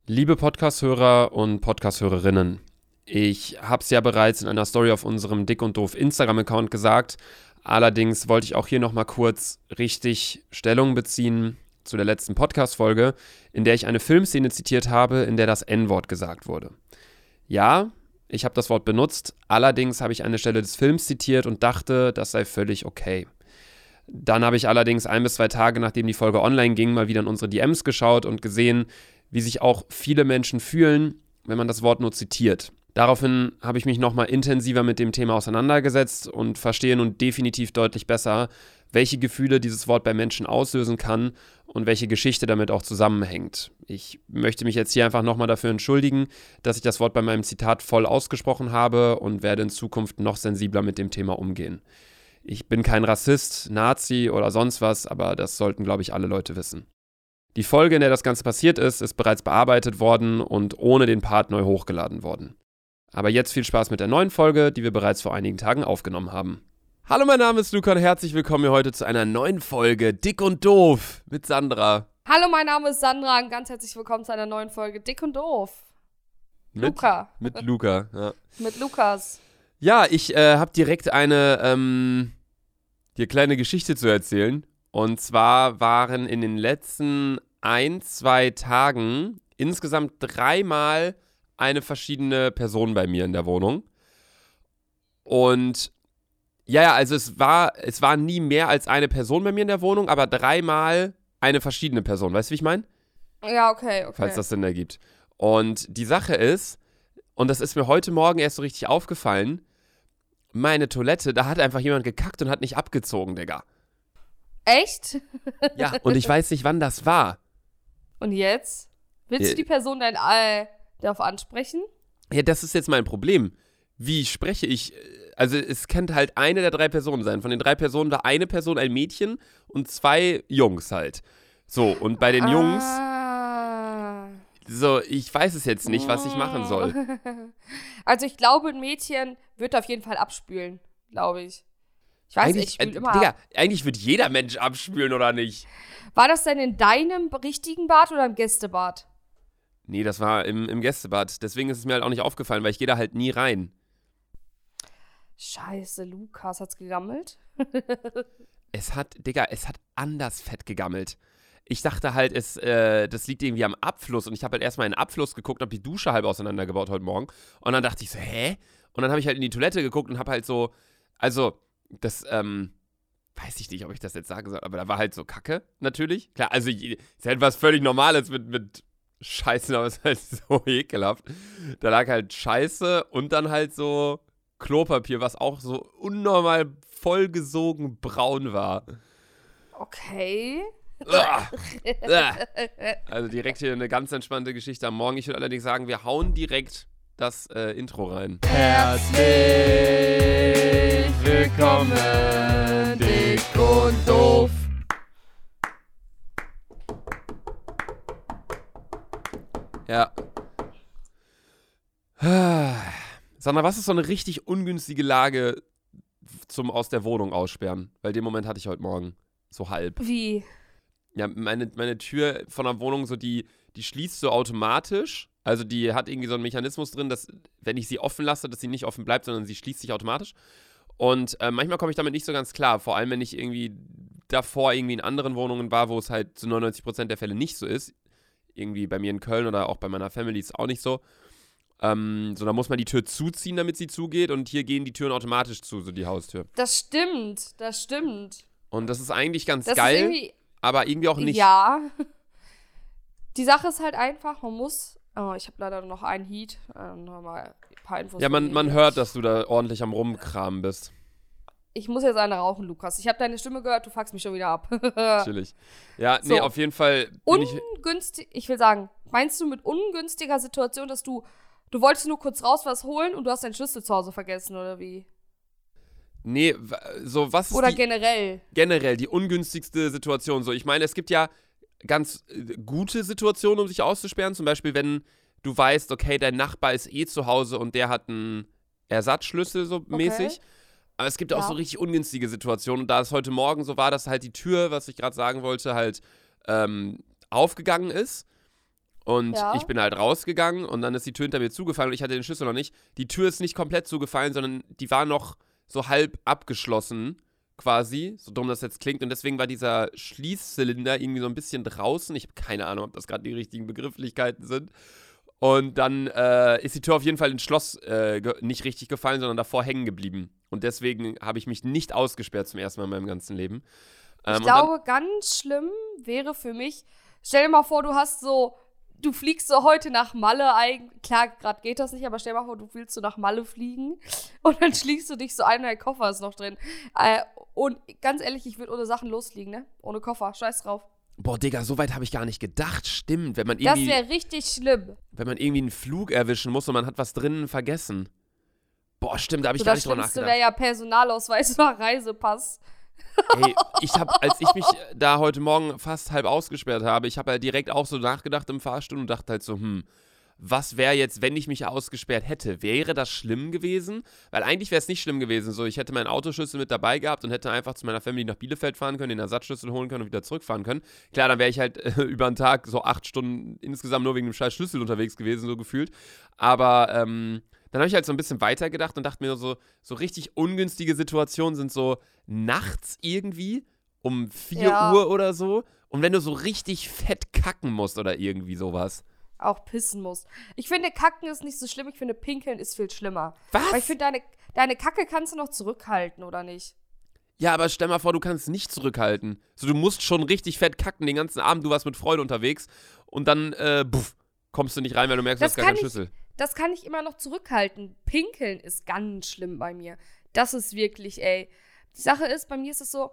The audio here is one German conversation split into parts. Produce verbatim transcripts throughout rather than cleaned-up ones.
Liebe Podcast-Hörer und Podcast-Hörerinnen, ich habe es ja bereits in einer Story auf unserem Dick und Doof Instagram-Account gesagt, allerdings wollte ich auch hier nochmal kurz richtig Stellung beziehen zu der letzten Podcast-Folge, in der ich eine Filmszene zitiert habe, in der das En-Wort gesagt wurde. Ja, ich habe das Wort benutzt, allerdings habe ich eine Stelle des Films zitiert und dachte, das sei völlig okay. Dann habe ich allerdings ein bis zwei Tage, nachdem die Folge online ging, mal wieder in unsere D Ms geschaut und gesehen, wie sich auch viele Menschen fühlen, wenn man das Wort nur zitiert. Daraufhin habe ich mich nochmal intensiver mit dem Thema auseinandergesetzt und verstehe nun definitiv deutlich besser, welche Gefühle dieses Wort bei Menschen auslösen kann und welche Geschichte damit auch zusammenhängt. Ich möchte mich jetzt hier einfach nochmal dafür entschuldigen, dass ich das Wort bei meinem Zitat voll ausgesprochen habe und werde in Zukunft noch sensibler mit dem Thema umgehen. Ich bin kein Rassist, Nazi oder sonst was, aber das sollten, glaube ich, alle Leute wissen. Die Folge, in der das Ganze passiert ist, ist bereits bearbeitet worden und ohne den Part neu hochgeladen worden. Aber jetzt viel Spaß mit der neuen Folge, die wir bereits vor einigen Tagen aufgenommen haben. Hallo, mein Name ist Luca und herzlich willkommen hier heute zu einer neuen Folge Dick und Doof mit Sandra. Hallo, mein Name ist Sandra und ganz herzlich willkommen zu einer neuen Folge Dick und Doof. Mit, Luca. Mit Luca, ja. Mit Lukas. Ja, ich äh, habe direkt eine ähm, dir kleine Geschichte zu erzählen. Und zwar waren in den letzten ein, zwei Tagen insgesamt dreimal eine verschiedene Person bei mir in der Wohnung. Und ja, ja, also es war, es war nie mehr als eine Person bei mir in der Wohnung, aber dreimal eine verschiedene Person. Weißt du, wie ich meine? Ja, okay, okay. Falls das Sinn ergibt. Und die Sache ist, und das ist mir heute Morgen erst so richtig aufgefallen, meine Toilette, da hat einfach jemand gekackt und hat nicht abgezogen, Digga. Echt? Ja, und ich weiß nicht, wann das war. Und jetzt? Willst Ja. du die Person dann äh, darauf ansprechen? Ja, das ist jetzt mein Problem. Wie spreche ich? Also es könnte halt eine der drei Personen sein. Von den drei Personen war eine Person ein Mädchen und zwei Jungs halt. So, und bei den Jungs, Ah. so, ich weiß es jetzt nicht, was ich machen soll. Also ich glaube, ein Mädchen wird auf jeden Fall abspülen, glaube ich. Ich weiß nicht, ich spüle äh, immer Digga, ab. eigentlich wird jeder Mensch abspülen, oder nicht? War das denn in deinem richtigen Bad oder im Gästebad? Nee, das war im, im Gästebad. Deswegen ist es mir halt auch nicht aufgefallen, weil ich gehe da halt nie rein. Scheiße, Lukas, hat's gegammelt? Es hat, Digga, es hat anders fett gegammelt. Ich dachte halt, es, äh, das liegt irgendwie am Abfluss. Und ich habe halt erstmal in den Abfluss geguckt und habe die Dusche halb auseinandergebaut heute Morgen. Und dann dachte ich so, hä? Und dann habe ich halt in die Toilette geguckt und habe halt so, also, das, ähm, weiß ich nicht, ob ich das jetzt sagen soll, aber da war halt so Kacke, natürlich. Klar, also, es ist halt was völlig Normales mit, mit Scheiße, aber es ist halt so ekelhaft. Da lag halt Scheiße und dann halt so Klopapier, was auch so unnormal vollgesogen braun war. Okay. Uah. Uah. Also direkt hier eine ganz entspannte Geschichte am Morgen. Ich würde allerdings sagen, wir hauen direkt das äh, Intro rein. Herzlich willkommen, Dick und Doof. Ja. Sandra, was ist so eine richtig ungünstige Lage zum aus der Wohnung aussperren? Weil den Moment hatte ich heute Morgen. So halb. Wie? Ja, meine, meine Tür von der Wohnung, so die, die schließt so automatisch. Also die hat irgendwie so einen Mechanismus drin, dass, wenn ich sie offen lasse, dass sie nicht offen bleibt, sondern sie schließt sich automatisch. Und äh, manchmal komme ich damit nicht so ganz klar. Vor allem, wenn ich irgendwie davor irgendwie in anderen Wohnungen war, wo es halt zu neunundneunzig Prozent der Fälle nicht so ist. Irgendwie bei mir in Köln oder auch bei meiner Family ist es auch nicht so. Ähm, so, da muss man die Tür zuziehen, damit sie zugeht. Und hier gehen die Türen automatisch zu, so die Haustür. Das stimmt, das stimmt. Und das ist eigentlich ganz Das geil, ist irgendwie, aber irgendwie auch nicht. ja. Die Sache ist halt einfach, man muss, oh, ich habe leider noch einen Heat, äh, noch mal ein paar Infos. Ja, man, von man mir. hört, dass du da ordentlich am Rumkramen bist. Ich muss jetzt eine rauchen, Lukas. Ich habe deine Stimme gehört, du fuckst mich schon wieder ab. Chillig. Ja, nee, So. auf jeden Fall bin ich... Ungünstig, ich will sagen, meinst du mit ungünstiger Situation, dass du, du wolltest nur kurz raus was holen und du hast deinen Schlüssel zu Hause vergessen, oder wie? Nee, w- so was ist Oder die, generell? generell die ungünstigste Situation? So, ich meine, es gibt ja ganz äh, gute Situationen, um sich auszusperren. Zum Beispiel, wenn du weißt, okay, dein Nachbar ist eh zu Hause und der hat einen Ersatzschlüssel so mäßig. Aber es gibt auch Ja. so richtig ungünstige Situationen. Und da es heute Morgen so war, dass halt die Tür, was ich gerade sagen wollte, halt ähm, aufgegangen ist. Und Ja. ich bin halt rausgegangen und dann ist die Tür hinter mir zugefallen und ich hatte den Schlüssel noch nicht. Die Tür ist nicht komplett zugefallen, sondern die war noch so halb abgeschlossen quasi, so dumm das jetzt klingt. Und deswegen war dieser Schließzylinder irgendwie so ein bisschen draußen. Ich habe keine Ahnung, ob das gerade die richtigen Begrifflichkeiten sind. Und dann äh, ist die Tür auf jeden Fall ins Schloss äh, ge- nicht richtig gefallen, sondern davor hängen geblieben. Und deswegen habe ich mich nicht ausgesperrt zum ersten Mal in meinem ganzen Leben. Ähm, Ich und dann, glaube, ganz schlimm wäre für mich, stell dir mal vor, du hast so, du fliegst so heute nach Malle, eigentlich, klar, gerade geht das nicht, aber stell dir mal vor, du willst so nach Malle fliegen und dann schließt du dich so ein und dein Koffer ist noch drin. Äh, und ganz ehrlich, ich würde ohne Sachen losfliegen, ne? Ohne Koffer, scheiß drauf. boah, Digga, so weit habe ich gar nicht gedacht. Stimmt, wenn man Das irgendwie, wäre richtig schlimm. wenn man irgendwie einen Flug erwischen muss und man hat was drinnen vergessen. Boah, stimmt, da habe ich So, gar das nicht drüber Schlimmste nachgedacht. wäre ja Personalausweis oder Reisepass. Ey, ich habe, als ich mich da heute Morgen fast halb ausgesperrt habe, ich habe halt direkt auch so nachgedacht im Fahrstuhl und dachte halt so, hm, was wäre jetzt, wenn ich mich ausgesperrt hätte? Wäre das schlimm gewesen? Weil eigentlich wäre es nicht schlimm gewesen. So, ich hätte meinen Autoschlüssel mit dabei gehabt und hätte einfach zu meiner Family nach Bielefeld fahren können, den Ersatzschlüssel holen können und wieder zurückfahren können. Klar, dann wäre ich halt äh, über den Tag so acht Stunden insgesamt nur wegen dem scheiß Schlüssel unterwegs gewesen, so gefühlt. Aber, ähm, dann habe ich halt so ein bisschen weitergedacht und dachte mir so, so richtig ungünstige Situationen sind so nachts irgendwie um vier Ja. Uhr oder so. Und wenn du so richtig fett kacken musst oder irgendwie sowas. Auch pissen musst. Ich finde, Kacken ist nicht so schlimm, ich finde, Pinkeln ist viel schlimmer. Was? Weil ich finde, deine, deine Kacke kannst du noch zurückhalten, oder nicht? Ja, aber stell mal vor, du kannst nicht zurückhalten. So, du musst schon richtig fett kacken den ganzen Abend, du warst mit Freude unterwegs und dann, äh, puff, kommst du nicht rein, weil du merkst, Das du hast gar kann keinen ich- Schlüssel. Das kann ich immer noch zurückhalten. Pinkeln ist ganz schlimm bei mir. Das ist wirklich, ey. Die Sache ist, bei mir ist es so,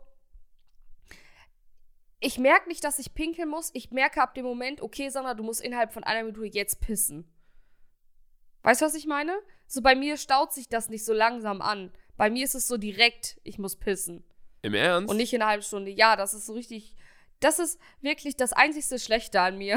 ich merke nicht, dass ich pinkeln muss. Ich merke ab dem Moment, okay, Sandra, du musst innerhalb von einer Minute jetzt pissen. Weißt du, was ich meine? So, bei mir staut sich das nicht so langsam an. Bei mir ist es so direkt, ich muss pissen. Im Ernst? Und nicht in einer halben Stunde. Ja, das ist so richtig, das ist wirklich das einzigste Schlechte an mir.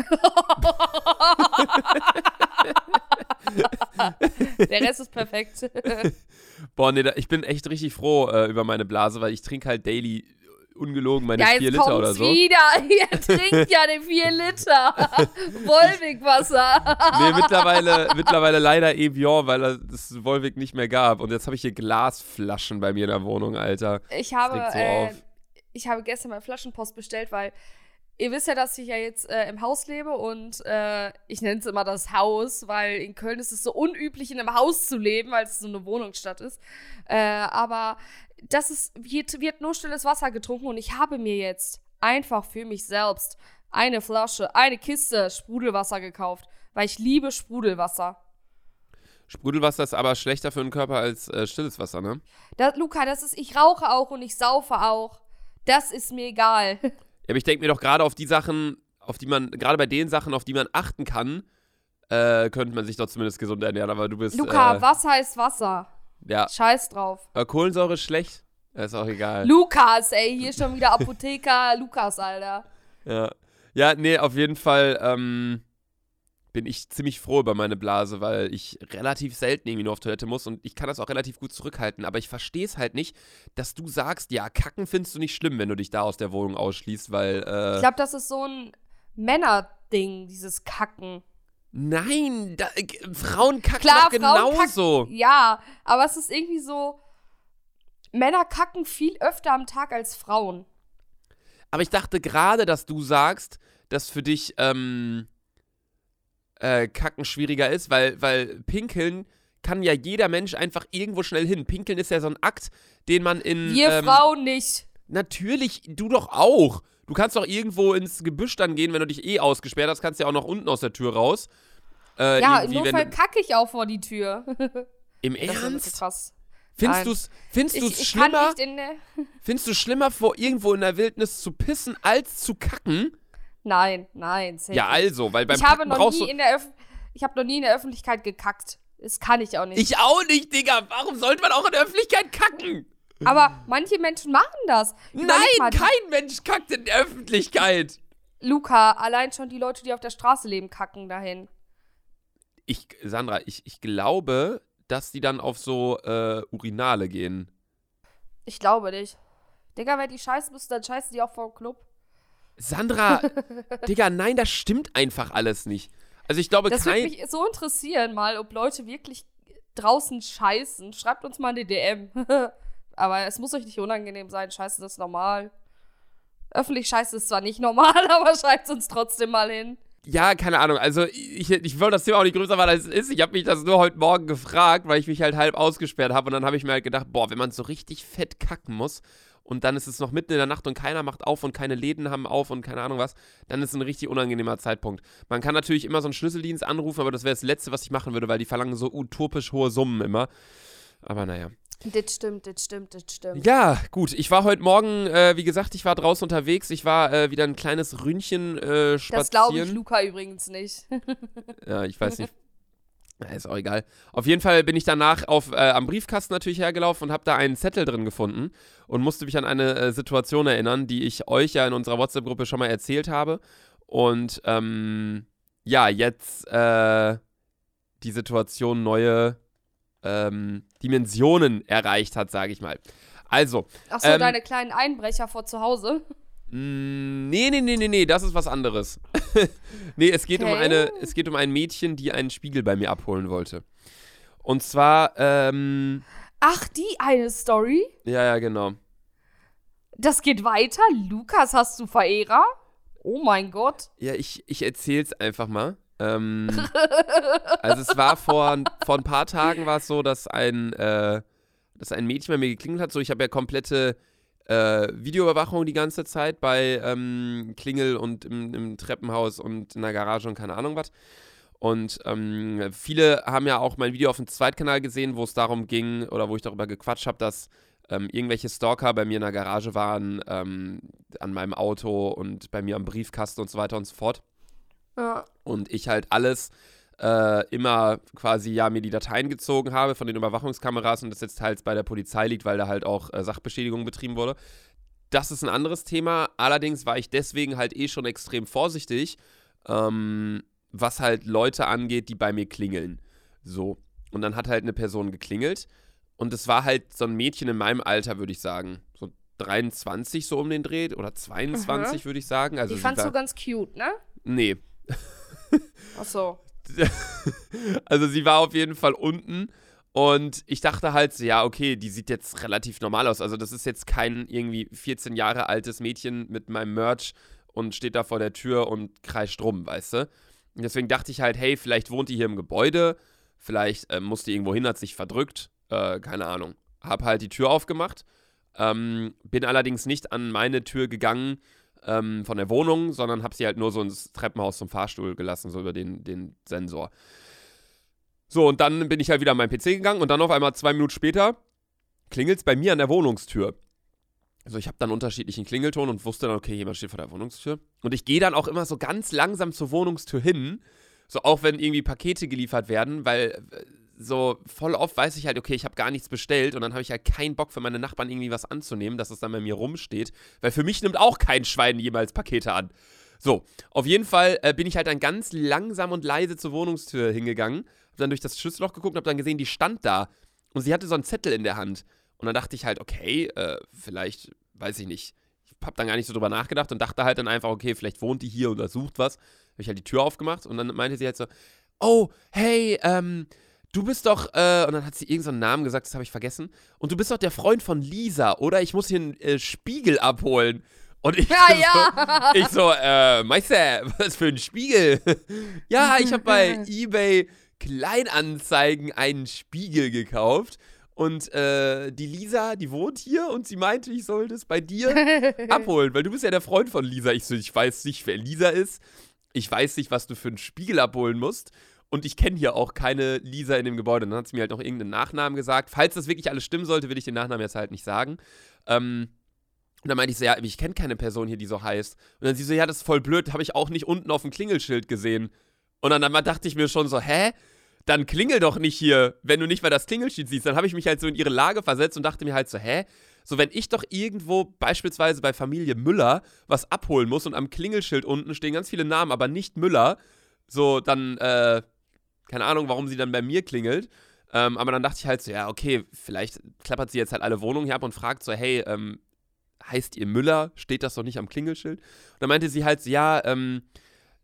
Der Rest ist perfekt. Boah, nee, da, ich bin echt richtig froh äh, über meine Blase, weil ich trinke halt daily ungelogen meine Ja, vier jetzt Liter kommt's oder so. wieder. Ihr trinkt ja den vier Liter. Wolwig-Wasser. Nee, mittlerweile, mittlerweile leider Evian, weil es Volvic nicht mehr gab. Und jetzt habe ich hier Glasflaschen bei mir in der Wohnung, Alter. Ich habe, regt so äh, auf. ich habe gestern mal Flaschenpost bestellt, weil ihr wisst ja, dass ich ja jetzt äh, im Haus lebe und äh, ich nenne es immer das Haus, weil in Köln ist es so unüblich, in einem Haus zu leben, weil es so eine Wohnungsstadt ist. Äh, aber das ist, wird, wird nur stilles Wasser getrunken und ich habe mir jetzt einfach für mich selbst eine Flasche, eine Kiste Sprudelwasser gekauft, weil ich liebe Sprudelwasser. Sprudelwasser ist aber schlechter für den Körper als äh, stilles Wasser, ne? Das, Luca, das ist, ich rauche auch und ich saufe auch. Das ist mir egal. Ja, aber ich denke mir doch gerade auf die Sachen, auf die man, gerade bei den Sachen, auf die man achten kann, äh, könnte man sich doch zumindest gesund ernähren, aber du bist, Luca, äh, Wasser ist Wasser. ja, Scheiß drauf. äh, Kohlensäure ist schlecht, ist auch egal. Lukas, ey, hier schon wieder Apotheker Lukas, Alter. Ja. Ja, nee, auf jeden Fall ähm, bin ich ziemlich froh über meine Blase, weil ich relativ selten irgendwie nur auf Toilette muss und ich kann das auch relativ gut zurückhalten. Aber ich verstehe es halt nicht, dass du sagst, ja, kacken findest du nicht schlimm, wenn du dich da aus der Wohnung ausschließt, weil, äh, Ich glaube, das ist so ein Männerding, dieses Kacken. nein, da, äh, Frauen kacken Klar, doch Frauen genauso. Ja, aber es ist irgendwie so, Männer kacken viel öfter am Tag als Frauen. Aber ich dachte gerade, dass du sagst, dass für dich, ähm, äh, Kacken schwieriger ist, weil, weil Pinkeln kann ja jeder Mensch einfach irgendwo schnell hin. Pinkeln ist ja so ein Akt, den man in. Wir ähm, Frauen nicht. Natürlich, du doch auch. Du kannst doch irgendwo ins Gebüsch dann gehen, wenn du dich eh ausgesperrt hast, kannst ja auch noch unten aus der Tür raus. Äh, Ja, im irgendwie, wenn Notfall du- kacke ich auch vor die Tür. Im Das ist wirklich Ernst? krass. Findest Nein. du's, findest Ich, du's ich kann schlimmer? nicht in der... Findest du schlimmer, vor irgendwo in der Wildnis zu pissen, als zu kacken? Nein, nein. safe Ja, nicht. also, weil beim ich habe Kacken noch brauchst nie du. in der Öff ich habe noch nie in der Öffentlichkeit gekackt. Das kann ich auch nicht. Ich auch nicht, Digga. Warum sollte man auch in der Öffentlichkeit kacken? Aber manche Menschen machen das. Überleg Nein, mal, die- kein Mensch kackt in der Öffentlichkeit. Luca, allein schon die Leute, die auf der Straße leben, kacken dahin. Ich, Sandra, ich, ich glaube, dass die dann auf so äh, Urinale gehen. Ich glaube nicht. Digga, wenn die scheißen müssen, dann scheißen die auch vor dem Club. Sandra, Digga, nein, das stimmt einfach alles nicht. Also ich glaube, das kein... würde mich so interessieren mal, ob Leute wirklich draußen scheißen. Schreibt uns mal eine D M. Aber es muss euch nicht unangenehm sein. Scheiße, das ist normal. Öffentlich scheiße ist zwar nicht normal, aber schreibt uns trotzdem mal hin. Ja, keine Ahnung. Also ich, ich wollte das Thema auch nicht größer machen, als es ist. Ich habe mich das nur heute Morgen gefragt, weil ich mich halt halb ausgesperrt habe. Und dann habe ich mir halt gedacht, boah, wenn man so richtig fett kacken muss und dann ist es noch mitten in der Nacht und keiner macht auf und keine Läden haben auf und keine Ahnung was, dann ist es ein richtig unangenehmer Zeitpunkt. Man kann natürlich immer so einen Schlüsseldienst anrufen, aber das wäre das Letzte, was ich machen würde, weil die verlangen so utopisch hohe Summen immer. Aber naja. Das stimmt, das stimmt, das stimmt. Ja, gut. Ich war heute Morgen, äh, wie gesagt, ich war draußen unterwegs. Ich war äh, wieder ein kleines Ründchen äh, spazieren. Das glaube ich Luca übrigens nicht. Ja, ich weiß nicht. Na, ist auch egal. Auf jeden Fall bin ich danach auf, äh, am Briefkasten natürlich hergelaufen und habe da einen Zettel drin gefunden und musste mich an eine äh, Situation erinnern, die ich euch ja in unserer WhatsApp-Gruppe schon mal erzählt habe. Und ähm, ja, jetzt äh, die Situation neue ähm, Dimensionen erreicht hat, sage ich mal. Also. Ach so, ähm, deine kleinen Einbrecher vor zu Hause? Nee, nee, nee, nee, nee, das ist was anderes. Nee, es geht, Okay. um eine, es geht um ein Mädchen, die einen Spiegel bei mir abholen wollte. Und zwar, ähm, Ach, die eine Story? ja, ja, genau. Das geht weiter? Lukas, hast du Verehrer? Oh mein Gott. Ja, ich, ich erzähl's einfach mal. Ähm, also es war vor, vor ein paar Tagen war es so, dass ein, äh, dass ein Mädchen bei mir geklingelt hat. So, ich habe ja komplette äh, Videoüberwachung die ganze Zeit bei ähm, Klingel und im, im Treppenhaus und in der Garage und keine Ahnung was. Und ähm, viele haben ja auch mein Video auf dem Zweitkanal gesehen, wo es darum ging, oder wo ich darüber gequatscht habe, dass ähm, irgendwelche Stalker bei mir in der Garage waren, ähm, an meinem Auto und bei mir am Briefkasten und so weiter und so fort. Ja. Und ich halt alles äh, immer quasi, ja, mir die Dateien gezogen habe von den Überwachungskameras und das jetzt teils bei der Polizei liegt, weil da halt auch äh, Sachbeschädigung betrieben wurde. Das ist ein anderes Thema. Allerdings war ich deswegen halt eh schon extrem vorsichtig, ähm, was halt Leute angeht, die bei mir klingeln. So. Und dann hat halt eine Person geklingelt und es war halt so ein Mädchen in meinem Alter, würde ich sagen. So dreiundzwanzig so um den Dreh oder zweiundzwanzig, Mhm. würde ich sagen. Also Die sie fandst war, du ganz cute, ne? Nee. Ach so. Also sie war auf jeden Fall unten und ich dachte halt so, ja, okay, die sieht jetzt relativ normal aus. Also das ist jetzt kein irgendwie vierzehn Jahre altes Mädchen mit meinem Merch und steht da vor der Tür und kreischt rum, weißt du? Und deswegen dachte ich halt, hey, vielleicht wohnt die hier im Gebäude, vielleicht äh, muss die irgendwo hin, hat sich verdrückt, äh, keine Ahnung. Hab halt die Tür aufgemacht, ähm, bin allerdings nicht an meine Tür gegangen, Ähm, von der Wohnung, sondern habe sie halt nur so ins Treppenhaus zum Fahrstuhl gelassen, so über den, den Sensor. So, und dann bin ich halt wieder an meinen P C gegangen und dann auf einmal zwei Minuten später klingelt es bei mir an der Wohnungstür. Also ich habe dann unterschiedlichen Klingelton und wusste dann, okay, jemand steht vor der Wohnungstür. Und ich gehe dann auch immer so ganz langsam zur Wohnungstür hin, so auch wenn irgendwie Pakete geliefert werden, weil so voll oft weiß ich halt, okay, ich habe gar nichts bestellt und dann habe ich halt keinen Bock für meine Nachbarn irgendwie was anzunehmen, dass es dann bei mir rumsteht, weil für mich nimmt auch kein Schwein jemals Pakete an. So, auf jeden Fall äh, bin ich halt dann ganz langsam und leise zur Wohnungstür hingegangen, habe dann durch das Schlüsselloch geguckt und habe dann gesehen, die stand da und sie hatte so einen Zettel in der Hand und dann dachte ich halt, okay, äh, vielleicht, weiß ich nicht, ich habe dann gar nicht so drüber nachgedacht und dachte halt dann einfach, okay, vielleicht wohnt die hier oder sucht was, habe ich halt die Tür aufgemacht und dann meinte sie halt so, oh, hey, ähm, du bist doch, äh, und dann hat sie irgendeinen Namen gesagt, das habe ich vergessen. Und du bist doch der Freund von Lisa, oder? Ich muss hier einen äh, Spiegel abholen. Und ich Ja, so, ja. ich so, äh, Meister, was für ein Spiegel? Ja, ich habe bei eBay Kleinanzeigen einen Spiegel gekauft. Und äh, die Lisa, die wohnt hier und sie meinte, ich soll das bei dir abholen, weil du bist ja der Freund von Lisa. Ich so, ich weiß nicht, wer Lisa ist. Ich weiß nicht, was du für einen Spiegel abholen musst. Und ich kenne hier auch keine Lisa in dem Gebäude. Dann hat sie mir halt noch irgendeinen Nachnamen gesagt. Falls das wirklich alles stimmen sollte, will ich den Nachnamen jetzt halt nicht sagen. Ähm, und dann meinte ich so, ja, ich kenne keine Person hier, die so heißt. Und dann sie so, ja, das ist voll blöd, habe ich auch nicht unten auf dem Klingelschild gesehen. Und dann, dann dachte ich mir schon so, hä? Dann klingel doch nicht hier, wenn du nicht mal das Klingelschild siehst. Dann habe ich mich halt so in ihre Lage versetzt und dachte mir halt so, hä? So, wenn ich doch irgendwo, beispielsweise bei Familie Müller, was abholen muss und am Klingelschild unten stehen ganz viele Namen, aber nicht Müller, so, dann, äh, keine Ahnung, warum sie dann bei mir klingelt. Ähm, aber dann dachte ich halt so, ja, okay, vielleicht klappert sie jetzt halt alle Wohnungen hier ab und fragt so, hey, ähm, heißt ihr Müller? Steht das doch nicht am Klingelschild? Und dann meinte sie halt so, ja, ähm,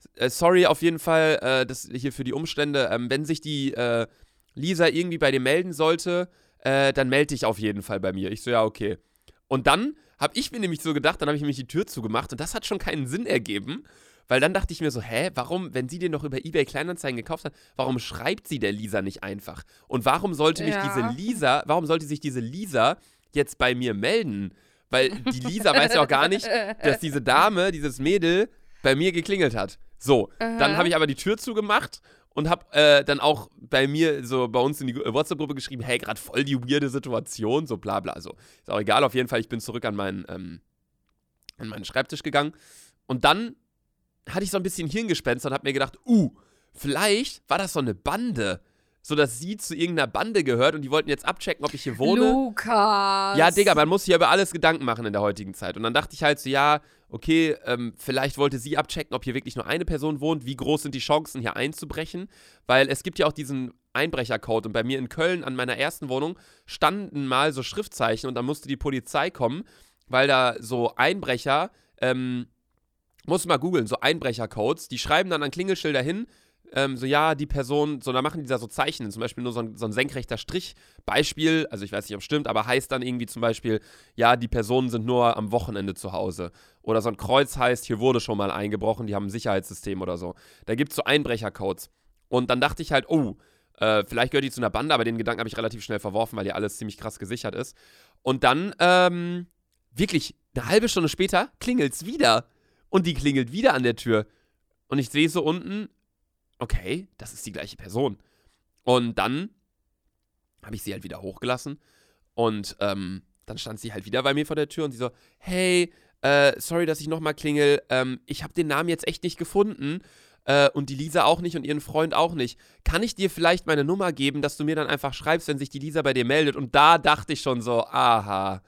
äh, sorry auf jeden Fall, äh, das hier für die Umstände, ähm, wenn sich die äh, Lisa irgendwie bei dir melden sollte, äh, dann melde dich auf jeden Fall bei mir. Ich so, ja, okay. Und dann habe ich mir nämlich so gedacht, dann habe ich nämlich die Tür zugemacht und das hat schon keinen Sinn ergeben, weil dann dachte ich mir so, hä, warum, wenn sie den doch über eBay Kleinanzeigen gekauft hat, warum schreibt sie der Lisa nicht einfach? Und warum sollte mich Ja. diese Lisa, warum sollte sich diese Lisa jetzt bei mir melden? Weil die Lisa weiß ja auch gar nicht, dass diese Dame, dieses Mädel, bei mir geklingelt hat. So, Aha. dann habe ich aber die Tür zugemacht und habe äh, dann auch bei mir, so bei uns in die WhatsApp-Gruppe geschrieben, hey, gerade voll die weirde Situation, so bla bla. So, ist auch egal, auf jeden Fall, ich bin zurück an meinen, ähm, an meinen Schreibtisch gegangen. Und dann hatte ich so ein bisschen Hirngespinst und habe mir gedacht, uh, vielleicht war das so eine Bande, so dass sie zu irgendeiner Bande gehört und die wollten jetzt abchecken, ob ich hier wohne. Lukas. Ja, Digga, man muss sich über alles Gedanken machen in der heutigen Zeit. Und dann dachte ich halt so, ja, okay, ähm, vielleicht wollte sie abchecken, ob hier wirklich nur eine Person wohnt, wie groß sind die Chancen, hier einzubrechen, weil es gibt ja auch diesen Einbrechercode und bei mir in Köln an meiner ersten Wohnung standen mal so Schriftzeichen und dann musste die Polizei kommen, weil da so Einbrecher, ähm, musst du mal googeln, so Einbrechercodes, die schreiben dann an Klingelschilder hin, ähm, so ja, die Person, so da machen die da so Zeichen, zum Beispiel nur so ein, so ein senkrechter Strich, Beispiel, also ich weiß nicht, ob es stimmt, aber heißt dann irgendwie zum Beispiel, ja, die Personen sind nur am Wochenende zu Hause. Oder so ein Kreuz heißt, hier wurde schon mal eingebrochen, die haben ein Sicherheitssystem oder so. Da gibt es so Einbrechercodes. Und dann dachte ich halt, oh, äh, vielleicht gehört die zu einer Bande, aber den Gedanken habe ich relativ schnell verworfen, weil hier alles ziemlich krass gesichert ist. Und dann, ähm, wirklich, eine halbe Stunde später klingelt's wieder. Und die klingelt wieder an der Tür. Und ich sehe so unten, okay, das ist die gleiche Person. Und dann habe ich sie halt wieder hochgelassen. Und ähm, dann stand sie halt wieder bei mir vor der Tür und sie so, hey, äh, sorry, dass ich nochmal klingel. Ähm, ich habe den Namen jetzt echt nicht gefunden. Äh, und die Lisa auch nicht und ihren Freund auch nicht. Kann ich dir vielleicht meine Nummer geben, dass du mir dann einfach schreibst, wenn sich die Lisa bei dir meldet? Und da dachte ich schon so, aha,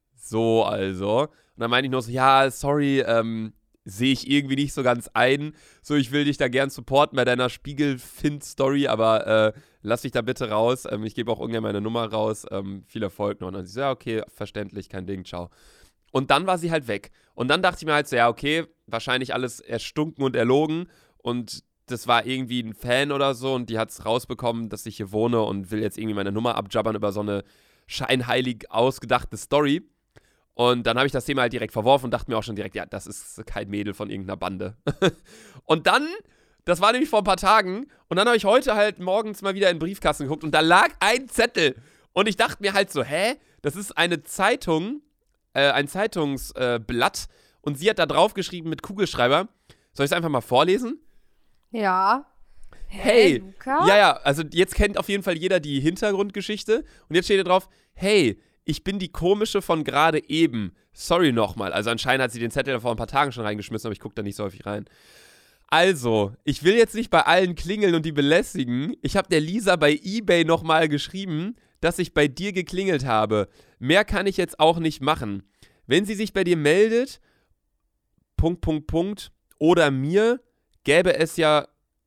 so also. Und dann meinte ich nur so, ja, sorry, ähm, sehe ich irgendwie nicht so ganz ein. So, ich will dich da gern supporten bei deiner Spiegel-Find-Story, aber äh, lass dich da bitte raus. Ähm, ich gebe auch ungern meine Nummer raus. Ähm, viel Erfolg noch. Und dann sie so, ja, okay, verständlich, kein Ding, ciao. Und dann war sie halt weg. Und dann dachte ich mir halt so, ja, okay, wahrscheinlich alles erstunken und erlogen. Und das war irgendwie ein Fan oder so und die hat es rausbekommen, dass ich hier wohne und will jetzt irgendwie meine Nummer abjabbern über so eine scheinheilig ausgedachte Story. Und dann habe ich das Thema halt direkt verworfen und dachte mir auch schon direkt, ja, das ist kein Mädel von irgendeiner Bande. Und dann, das war nämlich vor ein paar Tagen, und dann habe ich heute halt morgens mal wieder in den Briefkasten geguckt und da lag ein Zettel. Und ich dachte mir halt so, hä? Das ist eine Zeitung, äh, ein Zeitungsblatt äh, und sie hat da drauf geschrieben mit Kugelschreiber. Soll ich es einfach mal vorlesen? Ja. Hey, Luca? ja, ja, also jetzt kennt auf jeden Fall jeder die Hintergrundgeschichte. Und jetzt steht da drauf, hey, ich bin die komische von gerade eben. Sorry nochmal. Also anscheinend hat sie den Zettel vor ein paar Tagen schon reingeschmissen, aber ich gucke da nicht so häufig rein. Also, ich will jetzt nicht bei allen klingeln und die belästigen. Ich habe der Lisa bei eBay nochmal geschrieben, dass ich bei dir geklingelt habe. Mehr kann ich jetzt auch nicht machen. Wenn sie sich bei dir meldet, Punkt, Punkt, Punkt, oder mir, gäbe es ja,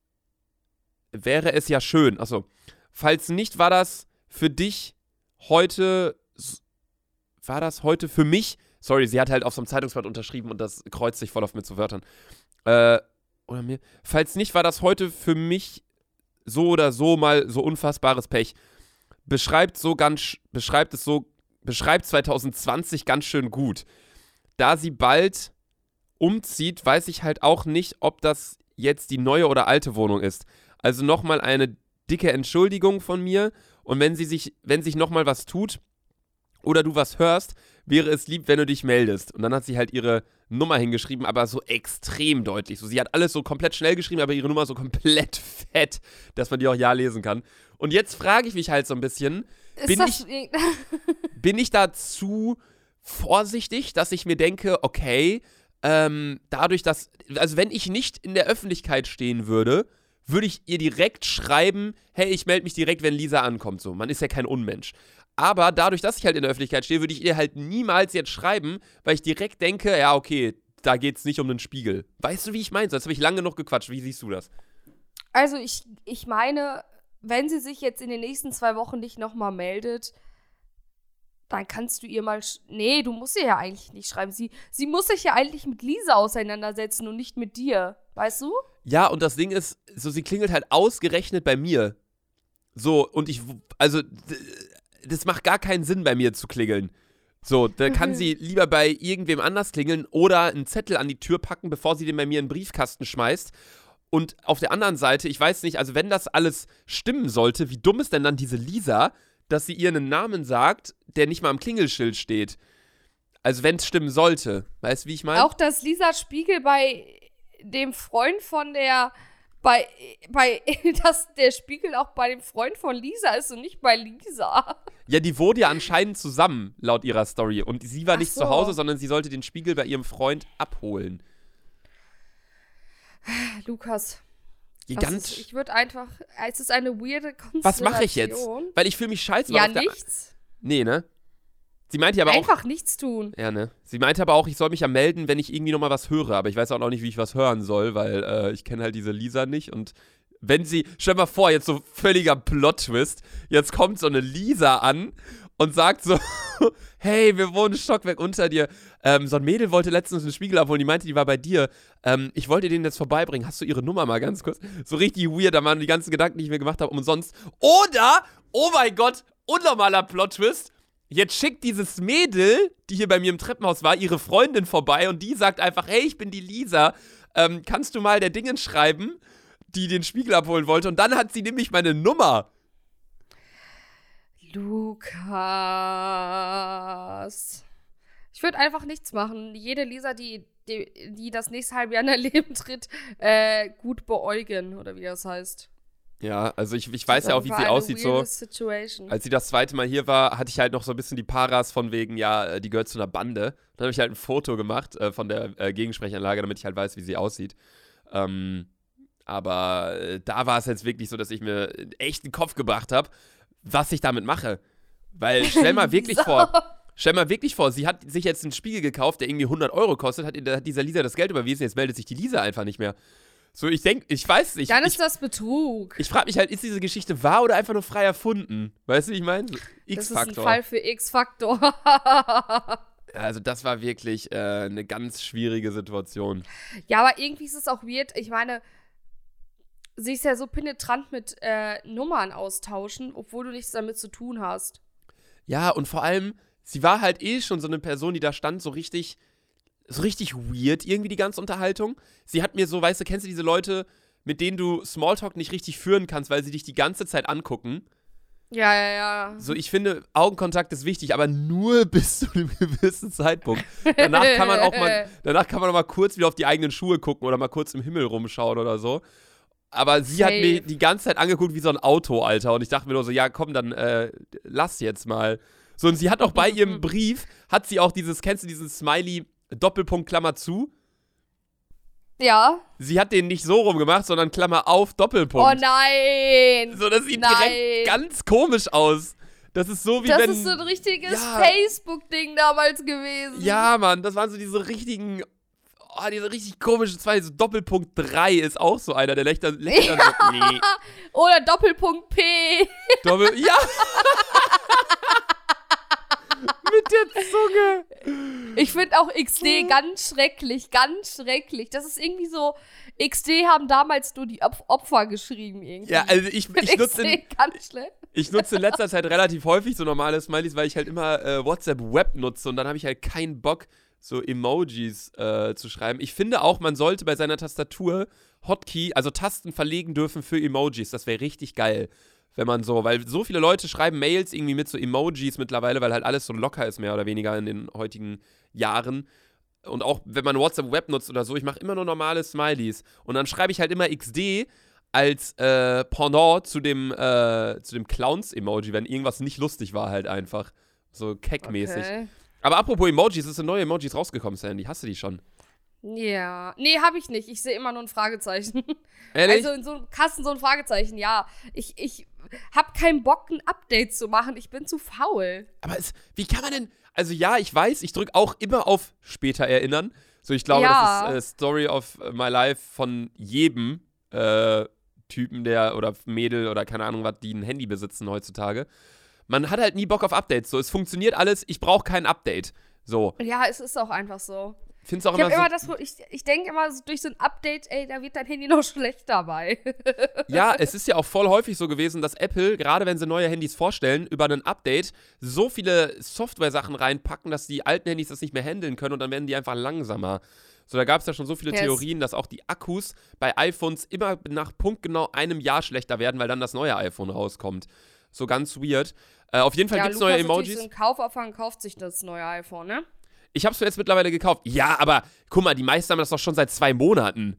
wäre es ja schön. Achso, falls nicht, war das für dich heute, war das heute für mich, sorry, sie hat halt auf so einem Zeitungsblatt unterschrieben und das kreuzt sich voll auf mit so Wörtern. Äh, oder mir, falls nicht, war das heute für mich so oder so mal so unfassbares Pech. Beschreibt so ganz, beschreibt es so, beschreibt zwanzig zwanzig ganz schön gut. Da sie bald umzieht, weiß ich halt auch nicht, ob das jetzt die neue oder alte Wohnung ist. Also nochmal eine dicke Entschuldigung von mir und wenn sie sich, wenn sich nochmal was tut oder du was hörst, wäre es lieb, wenn du dich meldest. Und dann hat sie halt ihre Nummer hingeschrieben, aber so extrem deutlich. So, sie hat alles so komplett schnell geschrieben, aber ihre Nummer so komplett fett, dass man die auch ja lesen kann. Und jetzt frage ich mich halt so ein bisschen, Ist bin das ich, bin ich da zu vorsichtig, dass ich mir denke, okay, ähm, dadurch, dass, also wenn ich nicht in der Öffentlichkeit stehen würde, würde ich ihr direkt schreiben, hey, ich melde mich direkt, wenn Lisa ankommt. So, man ist ja kein Unmensch. Aber dadurch, dass ich halt in der Öffentlichkeit stehe, würde ich ihr halt niemals jetzt schreiben, weil ich direkt denke, ja, okay, da geht's nicht um den Spiegel. Weißt du, wie ich meine? So, jetzt habe ich lange genug gequatscht. Wie siehst du das? Also ich, ich meine, wenn sie sich jetzt in den nächsten zwei Wochen nicht nochmal meldet, dann kannst du ihr mal, sch- nee, du musst ihr ja eigentlich nicht schreiben. Sie, sie muss sich ja eigentlich mit Lisa auseinandersetzen und nicht mit dir, weißt du? Ja, und das Ding ist, so sie klingelt halt ausgerechnet bei mir. So, und ich, also, das macht gar keinen Sinn, bei mir zu klingeln. So, da kann sie lieber bei irgendwem anders klingeln oder einen Zettel an die Tür packen, bevor sie den bei mir in den Briefkasten schmeißt. Und auf der anderen Seite, ich weiß nicht, also wenn das alles stimmen sollte, wie dumm ist denn dann diese Lisa, dass sie ihr einen Namen sagt, der nicht mal am Klingelschild steht? Also wenn es stimmen sollte. Weißt du, wie ich meine? Auch dass Lisa Spiegel bei dem Freund von der, bei, bei, dass der Spiegel auch bei dem Freund von Lisa ist und nicht bei Lisa. Ja, die wurde ja anscheinend zusammen, laut ihrer Story. Und sie war Ach nicht so. zu Hause, sondern sie sollte den Spiegel bei ihrem Freund abholen. Lukas. Die was ganz ist, ich würde einfach, es ist eine weirde Konstellation. Was mache ich jetzt? Weil ich fühle mich scheiße. Ja, auf der nichts. Nee, ne? Sie meinte ja aber Einfach auch, nichts tun. ja, ne? Sie meinte aber auch, ich soll mich ja melden, wenn ich irgendwie nochmal was höre. Aber ich weiß auch noch nicht, wie ich was hören soll, weil äh, ich kenne halt diese Lisa nicht. Und wenn sie, stell mal vor, jetzt so völliger Plot-Twist, jetzt kommt so eine Lisa an und sagt so, hey, wir wohnen ein Stockwerk unter dir. Ähm, so ein Mädel wollte letztens einen Spiegel abholen, die meinte, die war bei dir. Ähm, ich wollte denen jetzt vorbeibringen. Hast du ihre Nummer mal ganz kurz? So richtig weird, da waren die ganzen Gedanken, die ich mir gemacht habe, umsonst. Oder, oh mein Gott, unnormaler Plot-Twist. Jetzt schickt dieses Mädel, die hier bei mir im Treppenhaus war, ihre Freundin vorbei und die sagt einfach, hey, ich bin die Lisa, ähm, kannst du mal der Dingens schreiben, die den Spiegel abholen wollte? Und dann hat sie nämlich meine Nummer. Lukas. Ich würde einfach nichts machen. Jede Lisa, die, die, die das nächste halbe Jahr in dein Leben tritt, äh, gut beäugen, oder wie das heißt. Ja, also ich, ich weiß ja auch, wie sie aussieht. So, Situation. als sie das zweite Mal hier war, hatte ich halt noch so ein bisschen die Paras von wegen, ja, die gehört zu einer Bande. Dann habe ich halt ein Foto gemacht äh, von der äh, Gegensprechanlage, damit ich halt weiß, wie sie aussieht. Ähm, aber äh, da war es jetzt wirklich so, dass ich mir echt den Kopf gebracht habe, was ich damit mache. Weil stell mal wirklich so. vor, stell mal wirklich vor, sie hat sich jetzt einen Spiegel gekauft, der irgendwie hundert Euro kostet, hat, hat dieser Lisa das Geld überwiesen, jetzt meldet sich die Lisa einfach nicht mehr. So, ich denke, ich weiß nicht. Dann ich, ist das Betrug. Ich frage mich halt, ist diese Geschichte wahr oder einfach nur frei erfunden? Weißt du, wie ich meine? So, X-Faktor. Das ist ein Fall für X-Faktor. Also das war wirklich äh, eine ganz schwierige Situation. Ja, aber irgendwie ist es auch weird. Ich meine, sie ist ja so penetrant mit äh, Nummern austauschen, obwohl du nichts damit zu tun hast. Ja, und vor allem, sie war halt eh schon so eine Person, die da stand, so richtig, so richtig weird irgendwie die ganze Unterhaltung. Sie hat mir so, weißt du, kennst du diese Leute, mit denen du Smalltalk nicht richtig führen kannst, weil sie dich die ganze Zeit angucken? Ja, ja, ja. So, ich finde, Augenkontakt ist wichtig, aber nur bis zu einem gewissen Zeitpunkt. Danach kann man auch mal, danach kann man auch mal kurz wieder auf die eigenen Schuhe gucken oder mal kurz im Himmel rumschauen oder so. Aber sie Safe. hat mir die ganze Zeit angeguckt wie so ein Auto, Alter. Und ich dachte mir nur so, ja, komm, dann äh, lass jetzt mal. So, und sie hat auch bei ihrem Brief, hat sie auch dieses, kennst du diesen Smiley, Doppelpunkt, Klammer zu? Ja. Sie hat den nicht so rumgemacht, sondern Klammer auf, Doppelpunkt. Oh nein. So, das sieht Nein. direkt ganz komisch aus. Das ist so wie das wenn... ist so ein richtiges ja, Facebook-Ding damals gewesen. Ja, Mann, das waren so diese richtigen... Oh, diese richtig komischen zwei, so Doppelpunkt drei ist auch so einer, der lächelt dann, lächelt dann so, nee. Oder Doppelpunkt P. Doppel, ja! Mit der Zunge. Ich finde auch X D ganz schrecklich, ganz schrecklich. Das ist irgendwie so, X D haben damals nur die Op- Opfer geschrieben irgendwie. Ja, also ich, ich nutze in, ganz schlecht. ich nutze in letzter Zeit relativ häufig so normale Smileys, weil ich halt immer äh, WhatsApp Web nutze und dann habe ich halt keinen Bock, so Emojis äh, zu schreiben. Ich finde auch, man sollte bei seiner Tastatur Hotkey, also Tasten verlegen dürfen für Emojis. Das wäre richtig geil, wenn man so, weil so viele Leute schreiben Mails irgendwie mit so Emojis mittlerweile, weil halt alles so locker ist, mehr oder weniger in den heutigen Jahren. Und auch wenn man WhatsApp Web nutzt oder so, ich mache immer nur normale Smileys. Und dann schreibe ich halt immer X D als äh, Pendant zu dem, äh, zu dem Clowns-Emoji, wenn irgendwas nicht lustig war halt einfach. So keckmäßig. Okay. Aber apropos Emojis, es sind neue Emojis rausgekommen, Sandy. Hast du die schon? Ja. Nee, hab ich nicht. Ich sehe immer nur ein Fragezeichen. Ehrlich? Also in so einem Kasten so ein Fragezeichen, ja. Ich, ich hab keinen Bock, ein Update zu machen. Ich bin zu faul. Aber es, wie kann man denn... Also ja, ich weiß, ich drücke auch immer auf später erinnern. So, ich glaube, ja. das ist äh, Story of my life von jedem äh, Typen, der oder Mädel oder keine Ahnung was, die ein Handy besitzen heutzutage. Man hat halt nie Bock auf Updates. So, es funktioniert alles, ich brauche kein Update. So. Ja, es ist auch einfach so. finde es auch ich immer so. Immer das, ich ich denke immer so durch so ein Update, ey, da wird dein Handy noch schlecht dabei. Ja, es ist ja auch voll häufig so gewesen, dass Apple, gerade wenn sie neue Handys vorstellen, über ein Update so viele Software-Sachen reinpacken, dass die alten Handys das nicht mehr handeln können und dann werden die einfach langsamer. So, da gab es ja schon so viele Yes. Theorien, dass auch die Akkus bei iPhones immer nach punktgenau einem Jahr schlechter werden, weil dann das neue iPhone rauskommt. So ganz weird. Äh, auf jeden Fall Ja, gibt es Lukas neue ist natürlich Emojis. so ein Kaufabfang, kauft sich das neue iPhone, ne? Ich hab's mir jetzt mittlerweile gekauft. Ja, aber guck mal, die meisten haben das doch schon seit zwei Monaten.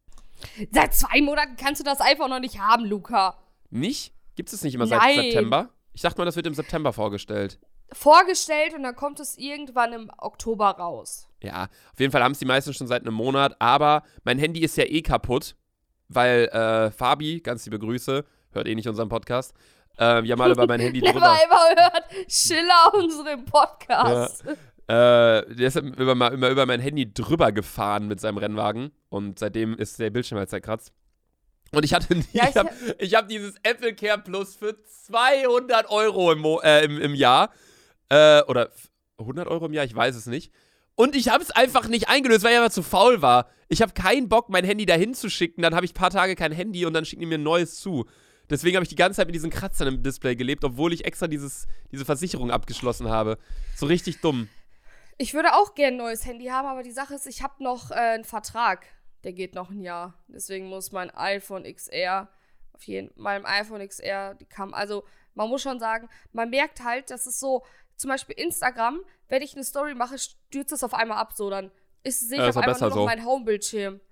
Seit zwei Monaten kannst du das iPhone noch nicht haben, Luca. Nicht? Gibt es nicht immer seit Nein. September? Ich dachte mal, das wird im September vorgestellt. Vorgestellt und dann kommt es irgendwann im Oktober raus. Ja, auf jeden Fall haben es die meisten schon seit einem Monat, aber mein Handy ist ja eh kaputt, weil äh, Fabi, ganz liebe Grüße, hört eh nicht unseren Podcast, äh, ja mal über mein Handy Never drüber. ever hört Schiller unseren Podcast. Ja. Äh, der ist immer, mal, immer über mein Handy drüber gefahren mit seinem Rennwagen und seitdem ist der Bildschirm halt zerkratzt. Und ich hatte, Ja, ich habe ich hab dieses Apple Care Plus für zweihundert Euro im, Mo äh, im, im Jahr. Äh, oder hundert Euro im Jahr, ich weiß es nicht. Und ich habe es einfach nicht eingelöst, weil ich einfach zu faul war. Ich habe keinen Bock, mein Handy dahin zu schicken. Dann habe ich ein paar Tage kein Handy und dann schicken die mir ein neues zu. Deswegen habe ich die ganze Zeit mit diesen Kratzern im Display gelebt, obwohl ich extra dieses, diese Versicherung abgeschlossen habe. So richtig dumm. Ich würde auch gerne ein neues Handy haben, aber die Sache ist, ich habe noch äh, einen Vertrag. Der geht noch ein Jahr. Deswegen muss mein iPhone X R, auf jeden Fall, meinem iPhone X R, die kam, also man muss schon sagen, man merkt halt, dass es so, zum Beispiel Instagram, wenn ich eine Story mache, stürzt es auf einmal ab, so, dann ist, sehe ich Ja, auf ist auch einmal nur noch besser so. meinen Homebildschirm.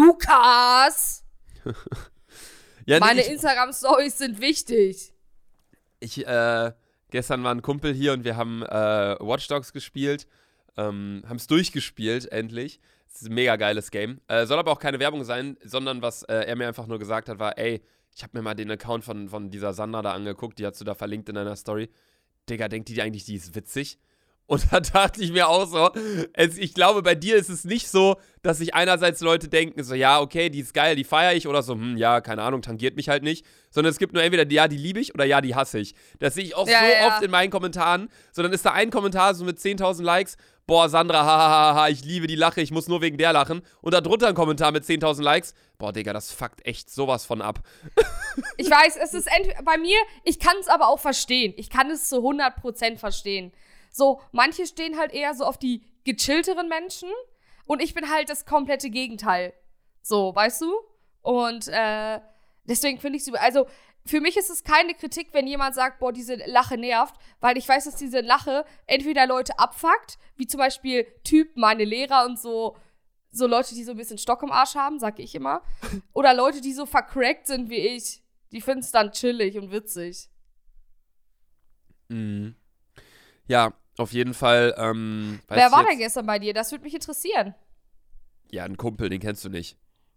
Lukas! Ja, nee, Meine ich, Instagram-Stories sind wichtig. ich äh, gestern war ein Kumpel hier und wir haben äh, Watch Dogs gespielt. Ähm, haben es durchgespielt, endlich. Es ist ein mega geiles Game. Äh, soll aber auch keine Werbung sein, sondern was äh, er mir einfach nur gesagt hat, war, ey, ich habe mir mal den Account von, von dieser Sandra da angeguckt, die hast du da verlinkt in deiner Story. Digga, denkt die eigentlich, die ist witzig? Und da dachte ich mir auch so, es, ich glaube, bei dir ist es nicht so, dass sich einerseits Leute denken, so, ja, okay, die ist geil, die feiere ich, oder so, hm, ja, keine Ahnung, tangiert mich halt nicht, sondern es gibt nur entweder, ja, die liebe ich oder ja, die hasse ich. Das sehe ich auch Ja, so ja. oft in meinen Kommentaren, sondern ist da ein Kommentar so mit zehntausend Likes, boah, Sandra, hahaha, ich liebe die Lache, ich muss nur wegen der lachen, und da drunter ein Kommentar mit zehntausend Likes, boah, Digga, das fuckt echt sowas von ab. Ich weiß, es ist ent- bei mir, ich kann es aber auch verstehen. Ich kann es zu hundert Prozent verstehen. So, manche stehen halt eher so auf die gechillteren Menschen und ich bin halt das komplette Gegenteil. So, weißt du? Und äh, deswegen finde ich es, also für mich ist es keine Kritik, wenn jemand sagt, boah, diese Lache nervt, weil ich weiß, dass diese Lache entweder Leute abfuckt, wie zum Beispiel Typ, meine Lehrer und so, so Leute, die so ein bisschen Stock im Arsch haben, sag ich immer, oder Leute, die so vercrackt sind wie ich, die finden es dann chillig und witzig. Mhm. Ja, auf jeden Fall, ähm, weiß Wer ich war jetzt- denn gestern bei dir? Das würde mich interessieren. Ja, ein Kumpel, den kennst du nicht.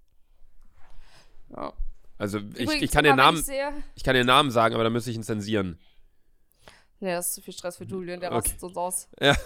Ja. Also, ich, Übrigens, ich kann immer, den wenn Namen, Ich sehe, ich kann den Namen sagen, aber dann müsste ich ihn zensieren. nee, das ist zu viel Stress für Julian, der Okay. rastet uns aus. Ja.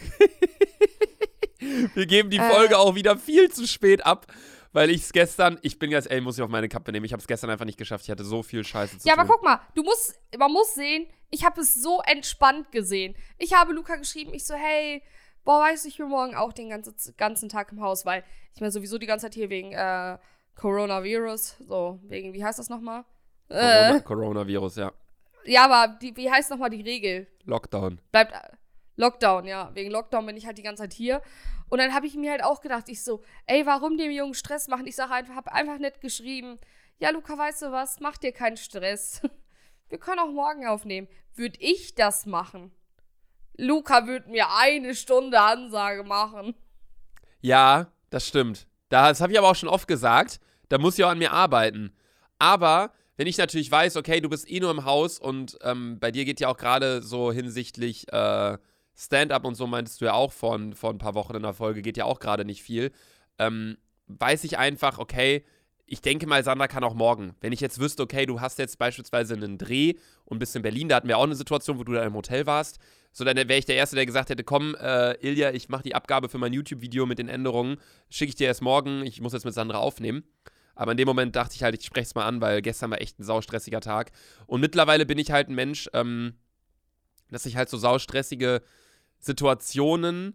Wir geben die Äh. Folge auch wieder viel zu spät ab, weil ich es gestern, ich bin jetzt, ey, muss ich auf meine Kappe nehmen, ich habe es gestern einfach nicht geschafft, ich hatte so viel Scheiße zu Ja, tun. aber guck mal, du musst, man muss sehen, ich habe es so entspannt gesehen. Ich habe Luca geschrieben, ich so, hey, boah, weißt du, ich bin morgen auch den ganzen, ganzen Tag im Haus, weil ich meine sowieso die ganze Zeit hier wegen äh, Coronavirus, so, wegen, wie heißt das nochmal? Corona, Äh, Coronavirus, ja. ja, aber die, wie heißt nochmal die Regel? Lockdown. Bleibt äh, Lockdown, ja. Wegen Lockdown bin ich halt die ganze Zeit hier. Und dann habe ich mir halt auch gedacht, ich so, ey, warum dem Jungen Stress machen? Ich sage einfach, habe einfach nett geschrieben, ja, Luca, weißt du was, mach dir keinen Stress. Wir können auch morgen aufnehmen. Würde ich das machen? Luca würde mir eine Stunde Ansage machen. Ja, das stimmt. Das habe ich aber auch schon oft gesagt. Da muss ich auch an mir arbeiten. Aber wenn ich natürlich weiß, okay, du bist eh nur im Haus und ähm, bei dir geht ja auch gerade so hinsichtlich äh, Stand-up und so, meintest du ja auch vor, vor ein paar Wochen in der Folge, geht ja auch gerade nicht viel, ähm, weiß ich einfach, okay, ich denke mal, Sandra kann auch morgen. Wenn ich jetzt wüsste, okay, du hast jetzt beispielsweise einen Dreh und bist in Berlin, da hatten wir auch eine Situation, wo du da im Hotel warst, so dann wäre ich der Erste, der gesagt hätte, komm, äh, Ilja, ich mache die Abgabe für mein YouTube-Video mit den Änderungen, schicke ich dir erst morgen, ich muss jetzt mit Sandra aufnehmen. Aber in dem Moment dachte ich halt, ich spreche es mal an, weil gestern war echt ein saustressiger Tag. Und mittlerweile bin ich halt ein Mensch, ähm, dass ich halt so saustressige Situationen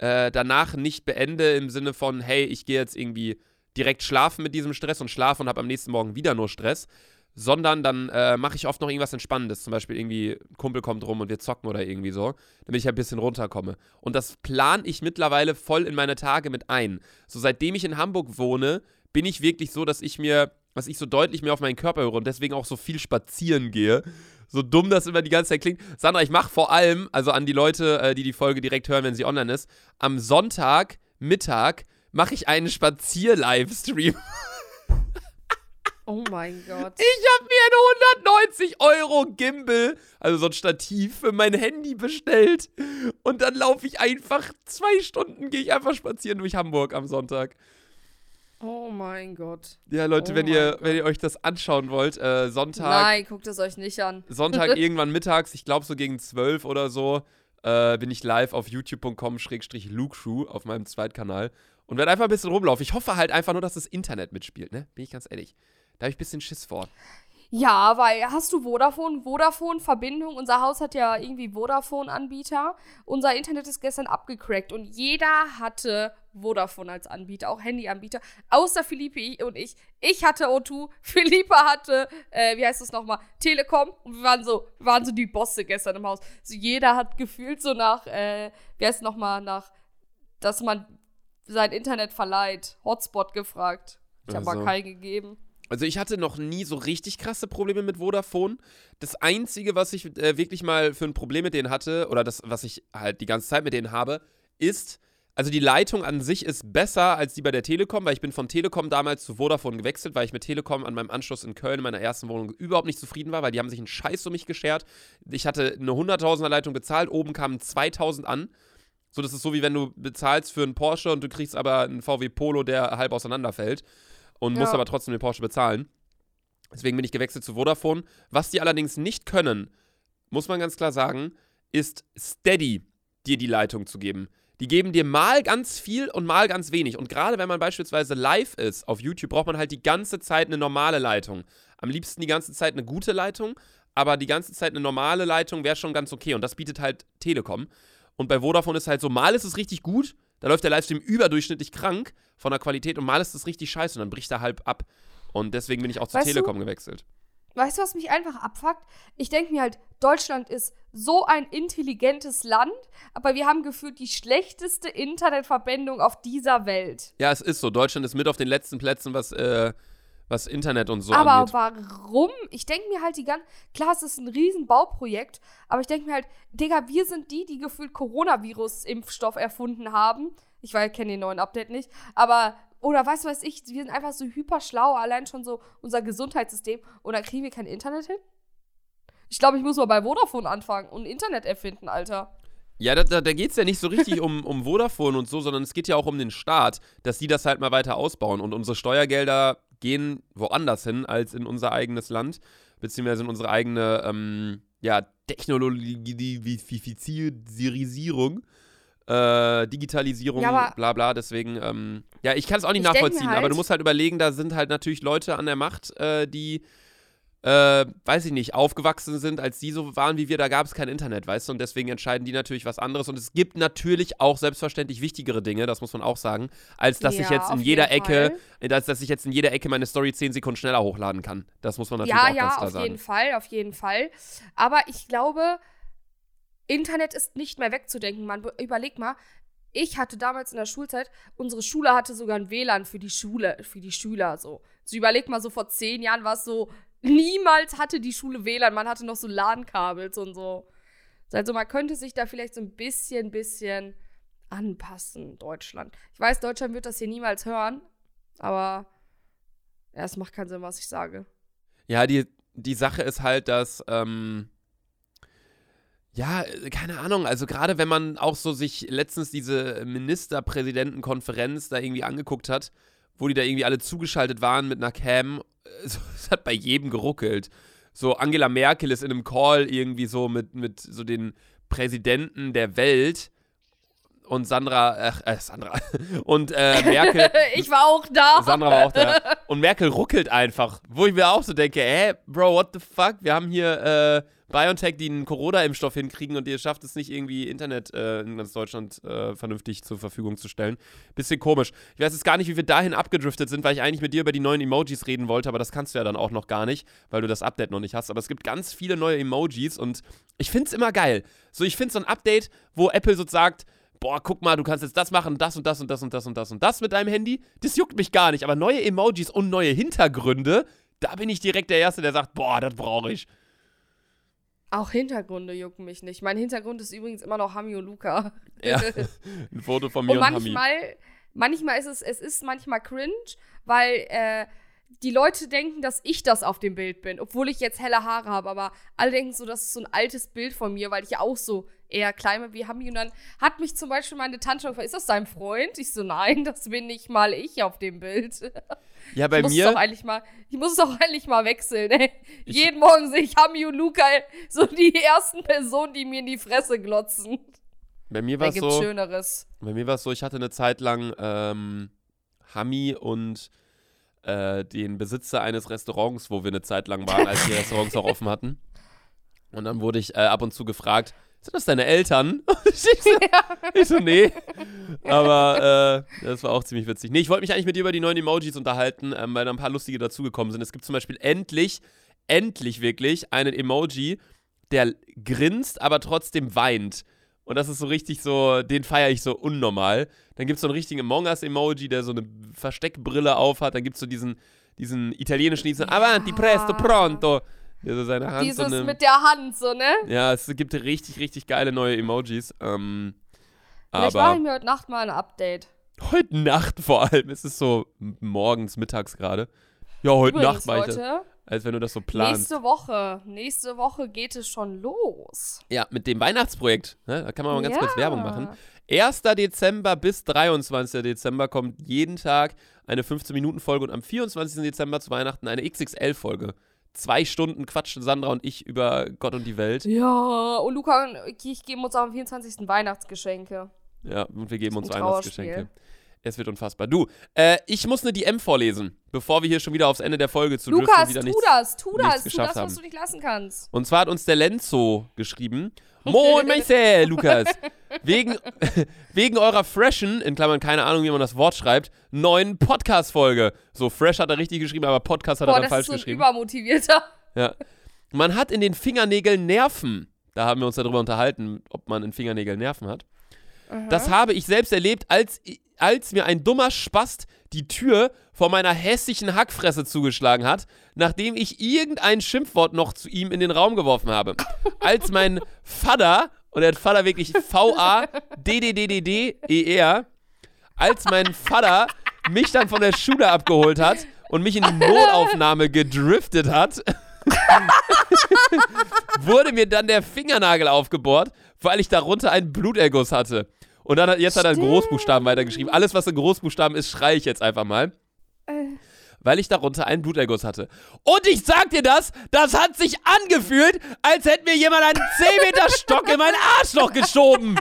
äh, danach nicht beende im Sinne von, hey, ich gehe jetzt irgendwie direkt schlafen mit diesem Stress und schlafe und habe am nächsten Morgen wieder nur Stress, sondern dann äh, mache ich oft noch irgendwas Entspannendes. Zum Beispiel irgendwie, ein Kumpel kommt rum und wir zocken oder irgendwie so, damit ich ein bisschen runterkomme. Und das plane ich mittlerweile voll in meine Tage mit ein. So seitdem ich in Hamburg wohne, bin ich wirklich so, dass ich mir, dass ich so deutlich mehr auf meinen Körper höre und deswegen auch so viel spazieren gehe. So dumm das immer die ganze Zeit klingt. Sandra, ich mache vor allem, also an die Leute, äh, die die Folge direkt hören, wenn sie online ist, am Sonntag, Mittag, mache ich einen Spazier-Livestream. Oh mein Gott. Ich habe mir einen hundertneunzig Euro Gimbal, also so ein Stativ, für mein Handy bestellt. Und dann laufe ich einfach zwei Stunden, gehe ich einfach spazieren durch Hamburg am Sonntag. Oh mein Gott. Ja, Leute, oh wenn ihr, wenn ihr euch das anschauen wollt, äh, Sonntag. Nein, guckt es euch nicht an. Sonntag irgendwann mittags, ich glaube so gegen zwölf oder so, äh, bin ich live auf youtube punkt com slash lukeshow auf meinem Zweitkanal und werde einfach ein bisschen rumlaufen. Ich hoffe halt einfach nur, dass das Internet mitspielt, ne? Bin ich ganz ehrlich. Da habe ich ein bisschen Schiss vor. Ja, weil hast du Vodafone? Vodafone-Verbindung. Unser Haus hat ja irgendwie Vodafone-Anbieter. Unser Internet ist gestern abgecrackt und jeder hatte Vodafone als Anbieter, auch Handyanbieter, außer Philippi und ich. Ich hatte O zwei, Philippa hatte, äh, wie heißt das nochmal, Telekom und wir waren so, wir waren so die Bosse gestern im Haus. So jeder hat gefühlt so nach, äh, wie heißt es nochmal, nach, dass man sein Internet verleiht, Hotspot gefragt. Ich habe Also. mal keinen gegeben. Also ich hatte noch nie so richtig krasse Probleme mit Vodafone. Das Einzige, was ich äh, wirklich mal für ein Problem mit denen hatte, oder das, was ich halt die ganze Zeit mit denen habe, ist, also die Leitung an sich ist besser als die bei der Telekom, weil ich bin von Telekom damals zu Vodafone gewechselt, weil ich mit Telekom an meinem Anschluss in Köln in meiner ersten Wohnung überhaupt nicht zufrieden war, weil die haben sich einen Scheiß um mich geschert. Ich hatte eine hunderttausender Leitung bezahlt, oben kamen zweitausend an. So, das ist so, wie wenn du bezahlst für einen Porsche und du kriegst aber einen V W Polo, der halb auseinanderfällt. Und Ja. muss aber trotzdem den Porsche bezahlen. Deswegen bin ich gewechselt zu Vodafone. Was die allerdings nicht können, muss man ganz klar sagen, ist steady dir die Leitung zu geben. Die geben dir mal ganz viel und mal ganz wenig. Und gerade wenn man beispielsweise live ist auf YouTube, braucht man halt die ganze Zeit eine normale Leitung. Am liebsten die ganze Zeit eine gute Leitung, aber die ganze Zeit eine normale Leitung wäre schon ganz okay. Und das bietet halt Telekom. Und bei Vodafone ist halt so, mal ist es richtig gut, da läuft der Livestream überdurchschnittlich krank von der Qualität und mal ist es richtig scheiße und dann bricht er halb ab. Und deswegen bin ich auch zu Weißt Telekom du, gewechselt. Weißt du, was mich einfach abfuckt? Ich denke mir halt, Deutschland ist so ein intelligentes Land, aber wir haben gefühlt die schlechteste Internetverbindung auf dieser Welt. Ja, es ist so. Deutschland ist mit auf den letzten Plätzen, was, äh, was Internet und so aber angeht. warum? Ich denke mir halt die ganze, klar, es ist ein riesen Bauprojekt, aber ich denke mir halt, Digga, wir sind die, die gefühlt Coronavirus-Impfstoff erfunden haben. Ich weiß, kenne den neuen Update nicht, aber, oder weißt du, was ich, wir sind einfach so hyper schlau, allein schon so unser Gesundheitssystem und dann kriegen wir kein Internet hin? Ich glaube, ich muss mal bei Vodafone anfangen und Internet erfinden, Alter. Ja, da, da, da geht es ja nicht so richtig um, um Vodafone und so, sondern es geht ja auch um den Staat, dass die das halt mal weiter ausbauen. Und unsere Steuergelder gehen woanders hin als in unser eigenes Land, beziehungsweise in unsere eigene ähm, ja, Technologisierung, äh, Digitalisierung, Ja, bla bla. Deswegen, ähm, ja, ich kann es auch nicht Ich denk mir nachvollziehen, halt- aber du musst halt überlegen, da sind halt natürlich Leute an der Macht, äh, die äh, weiß ich nicht, aufgewachsen sind, als die so waren wie wir, da gab es kein Internet, weißt du, und deswegen entscheiden die natürlich was anderes und es gibt natürlich auch selbstverständlich wichtigere Dinge, das muss man auch sagen, als dass ich Ja, jetzt in auf jeder jeden Ecke, als dass ich jetzt in jeder Ecke meine Story zehn Sekunden schneller hochladen kann. Das muss man natürlich Ja, auch ganz ja, klar auf sagen. jeden Fall, auf jeden Fall. Aber ich glaube, Internet ist nicht mehr wegzudenken. Man überleg mal, ich hatte damals in der Schulzeit, unsere Schule hatte sogar ein W L A N für die Schule, für die Schüler so. So überleg mal, so vor zehn Jahren war es so, niemals hatte die Schule W L A N, man hatte noch so LAN-Kabels und so. Also man könnte sich da vielleicht so ein bisschen, bisschen anpassen, Deutschland. Ich weiß, Deutschland wird das hier niemals hören, aber ja, es macht keinen Sinn, was ich sage. Ja, die, die Sache ist halt, dass, ähm, ja, keine Ahnung, also gerade wenn man auch so sich letztens diese Ministerpräsidentenkonferenz da irgendwie angeguckt hat, wo die da irgendwie alle zugeschaltet waren mit einer Cam, es hat bei jedem geruckelt. So Angela Merkel ist in einem Call irgendwie so mit, mit so den Präsidenten der Welt und Sandra, ach, äh, Sandra, und äh, Merkel. Ich war auch da. Sandra war auch da. Und Merkel ruckelt einfach. Wo ich mir auch so denke, hä, Bro, what the fuck? Wir haben hier äh, BioNTech, die einen Corona-Impfstoff hinkriegen und ihr schafft es nicht irgendwie Internet äh, in ganz Deutschland äh, vernünftig zur Verfügung zu stellen. Bisschen komisch. Ich weiß jetzt gar nicht, wie wir dahin abgedriftet sind, weil ich eigentlich mit dir über die neuen Emojis reden wollte, aber das kannst du ja dann auch noch gar nicht, weil du das Update noch nicht hast. Aber es gibt ganz viele neue Emojis und ich find's immer geil. So, ich find so ein Update, wo Apple so sagt, boah, guck mal, du kannst jetzt das machen, das und das und das und das und das und das mit deinem Handy. Das juckt mich gar nicht. Aber neue Emojis und neue Hintergründe, da bin ich direkt der Erste, der sagt, boah, das brauche ich. Auch Hintergründe jucken mich nicht. Mein Hintergrund ist übrigens immer noch Hami und Luca. Ja, ein Foto von mir und, und manchmal, Hami. Manchmal ist es, es ist manchmal cringe, weil äh, die Leute denken, dass ich das auf dem Bild bin, obwohl ich jetzt helle Haare habe, aber alle denken so, das ist so ein altes Bild von mir, weil ich ja auch so eher klein bin wie Hami. Und dann hat mich zum Beispiel meine Tante gefragt, ist das dein Freund? Ich so, nein, das bin nicht mal ich auf dem Bild. Ja, bei ich mir. Muss doch eigentlich mal, ich muss es doch eigentlich mal wechseln, ey. Jeden Morgen sehe ich Hami und Luca, so die ersten Personen, die mir in die Fresse glotzen. Bei mir war es so. Schöneres. Bei mir war es so, ich hatte eine Zeit lang ähm, Hami und äh, den Besitzer eines Restaurants, wo wir eine Zeit lang waren, als die Restaurants auch offen hatten. Und dann wurde ich äh, ab und zu gefragt, sind das deine Eltern? ich, so, Ja. ich so, nee. Aber äh, das war auch ziemlich witzig. Nee, ich wollte mich eigentlich mit dir über die neuen Emojis unterhalten, ähm, weil da ein paar lustige dazugekommen sind. Es gibt zum Beispiel endlich, endlich wirklich einen Emoji, der grinst, aber trotzdem weint. Und das ist so richtig so, den feiere ich so unnormal. Dann gibt es so einen richtigen Among Us-Emoji, der so eine Versteckbrille aufhat. Dann gibt es so diesen, diesen italienischen, diesen Ja. Avanti, presto, pronto. Der so seine Hand Dieses so eine, mit der Hand, so, ne? ja, es gibt richtig, richtig geile neue Emojis. Ähm, Vielleicht mache aber ich mir heute Nacht mal ein Update. heute Nacht vor allem. Es ist so morgens, mittags gerade. Ja, heute Übrigens, Nacht mache ich das. Leute, Als wenn du das so planst. nächste Woche, nächste Woche geht es schon los. Ja, mit dem Weihnachtsprojekt. Ne? Da kann man mal ganz Ja. kurz Werbung machen. erster Dezember bis dreiundzwanzigster Dezember kommt jeden Tag eine fünfzehn-Minuten-Folge und am vierundzwanzigsten Dezember zu Weihnachten eine X X L-Folge. Zwei Stunden quatschen Sandra und ich über Gott und die Welt. Ja, und Luca und ich geben uns am vierundzwanzigsten Weihnachtsgeschenke. Ja, und wir geben uns Ein Weihnachtsgeschenke. Trauerspiel. Es wird unfassbar. Du, äh, ich muss eine D M vorlesen, bevor wir hier schon wieder aufs Ende der Folge zu driften und Lukas, wieder tu nichts, das, tu nichts das, tu geschafft das, was haben. du nicht lassen kannst. Und zwar hat uns der Lenzo geschrieben. Moin, Meister, Lukas. Wegen, wegen eurer freshen, in Klammern keine Ahnung, wie man das Wort schreibt, neuen Podcast-Folge. So, fresh hat er richtig geschrieben, aber Podcast hat Boah, er dann das falsch ist so ein geschrieben. übermotivierter. Ja. Man hat in den Fingernägeln Nerven. Da haben wir uns darüber unterhalten, ob man in Fingernägeln Nerven hat. Aha. Das habe ich selbst erlebt, als, als mir ein dummer Spast die Tür vor meiner hässlichen Hackfresse zugeschlagen hat, nachdem ich irgendein Schimpfwort noch zu ihm in den Raum geworfen habe. Als mein Vater, und er hat Vater wirklich V A D D D D D E R, als mein Vater mich dann von der Schule abgeholt hat und mich in die Notaufnahme gedriftet hat, wurde mir dann der Fingernagel aufgebohrt, weil ich darunter einen Bluterguss hatte. Und dann hat, jetzt hat er in Großbuchstaben weitergeschrieben. Alles, was in Großbuchstaben ist, schreie ich jetzt einfach mal. Äh. Weil ich darunter einen Bluterguss hatte. Und ich sag dir das, das hat sich angefühlt, als hätte mir jemand einen zehn Meter Stock in mein Arschloch geschoben.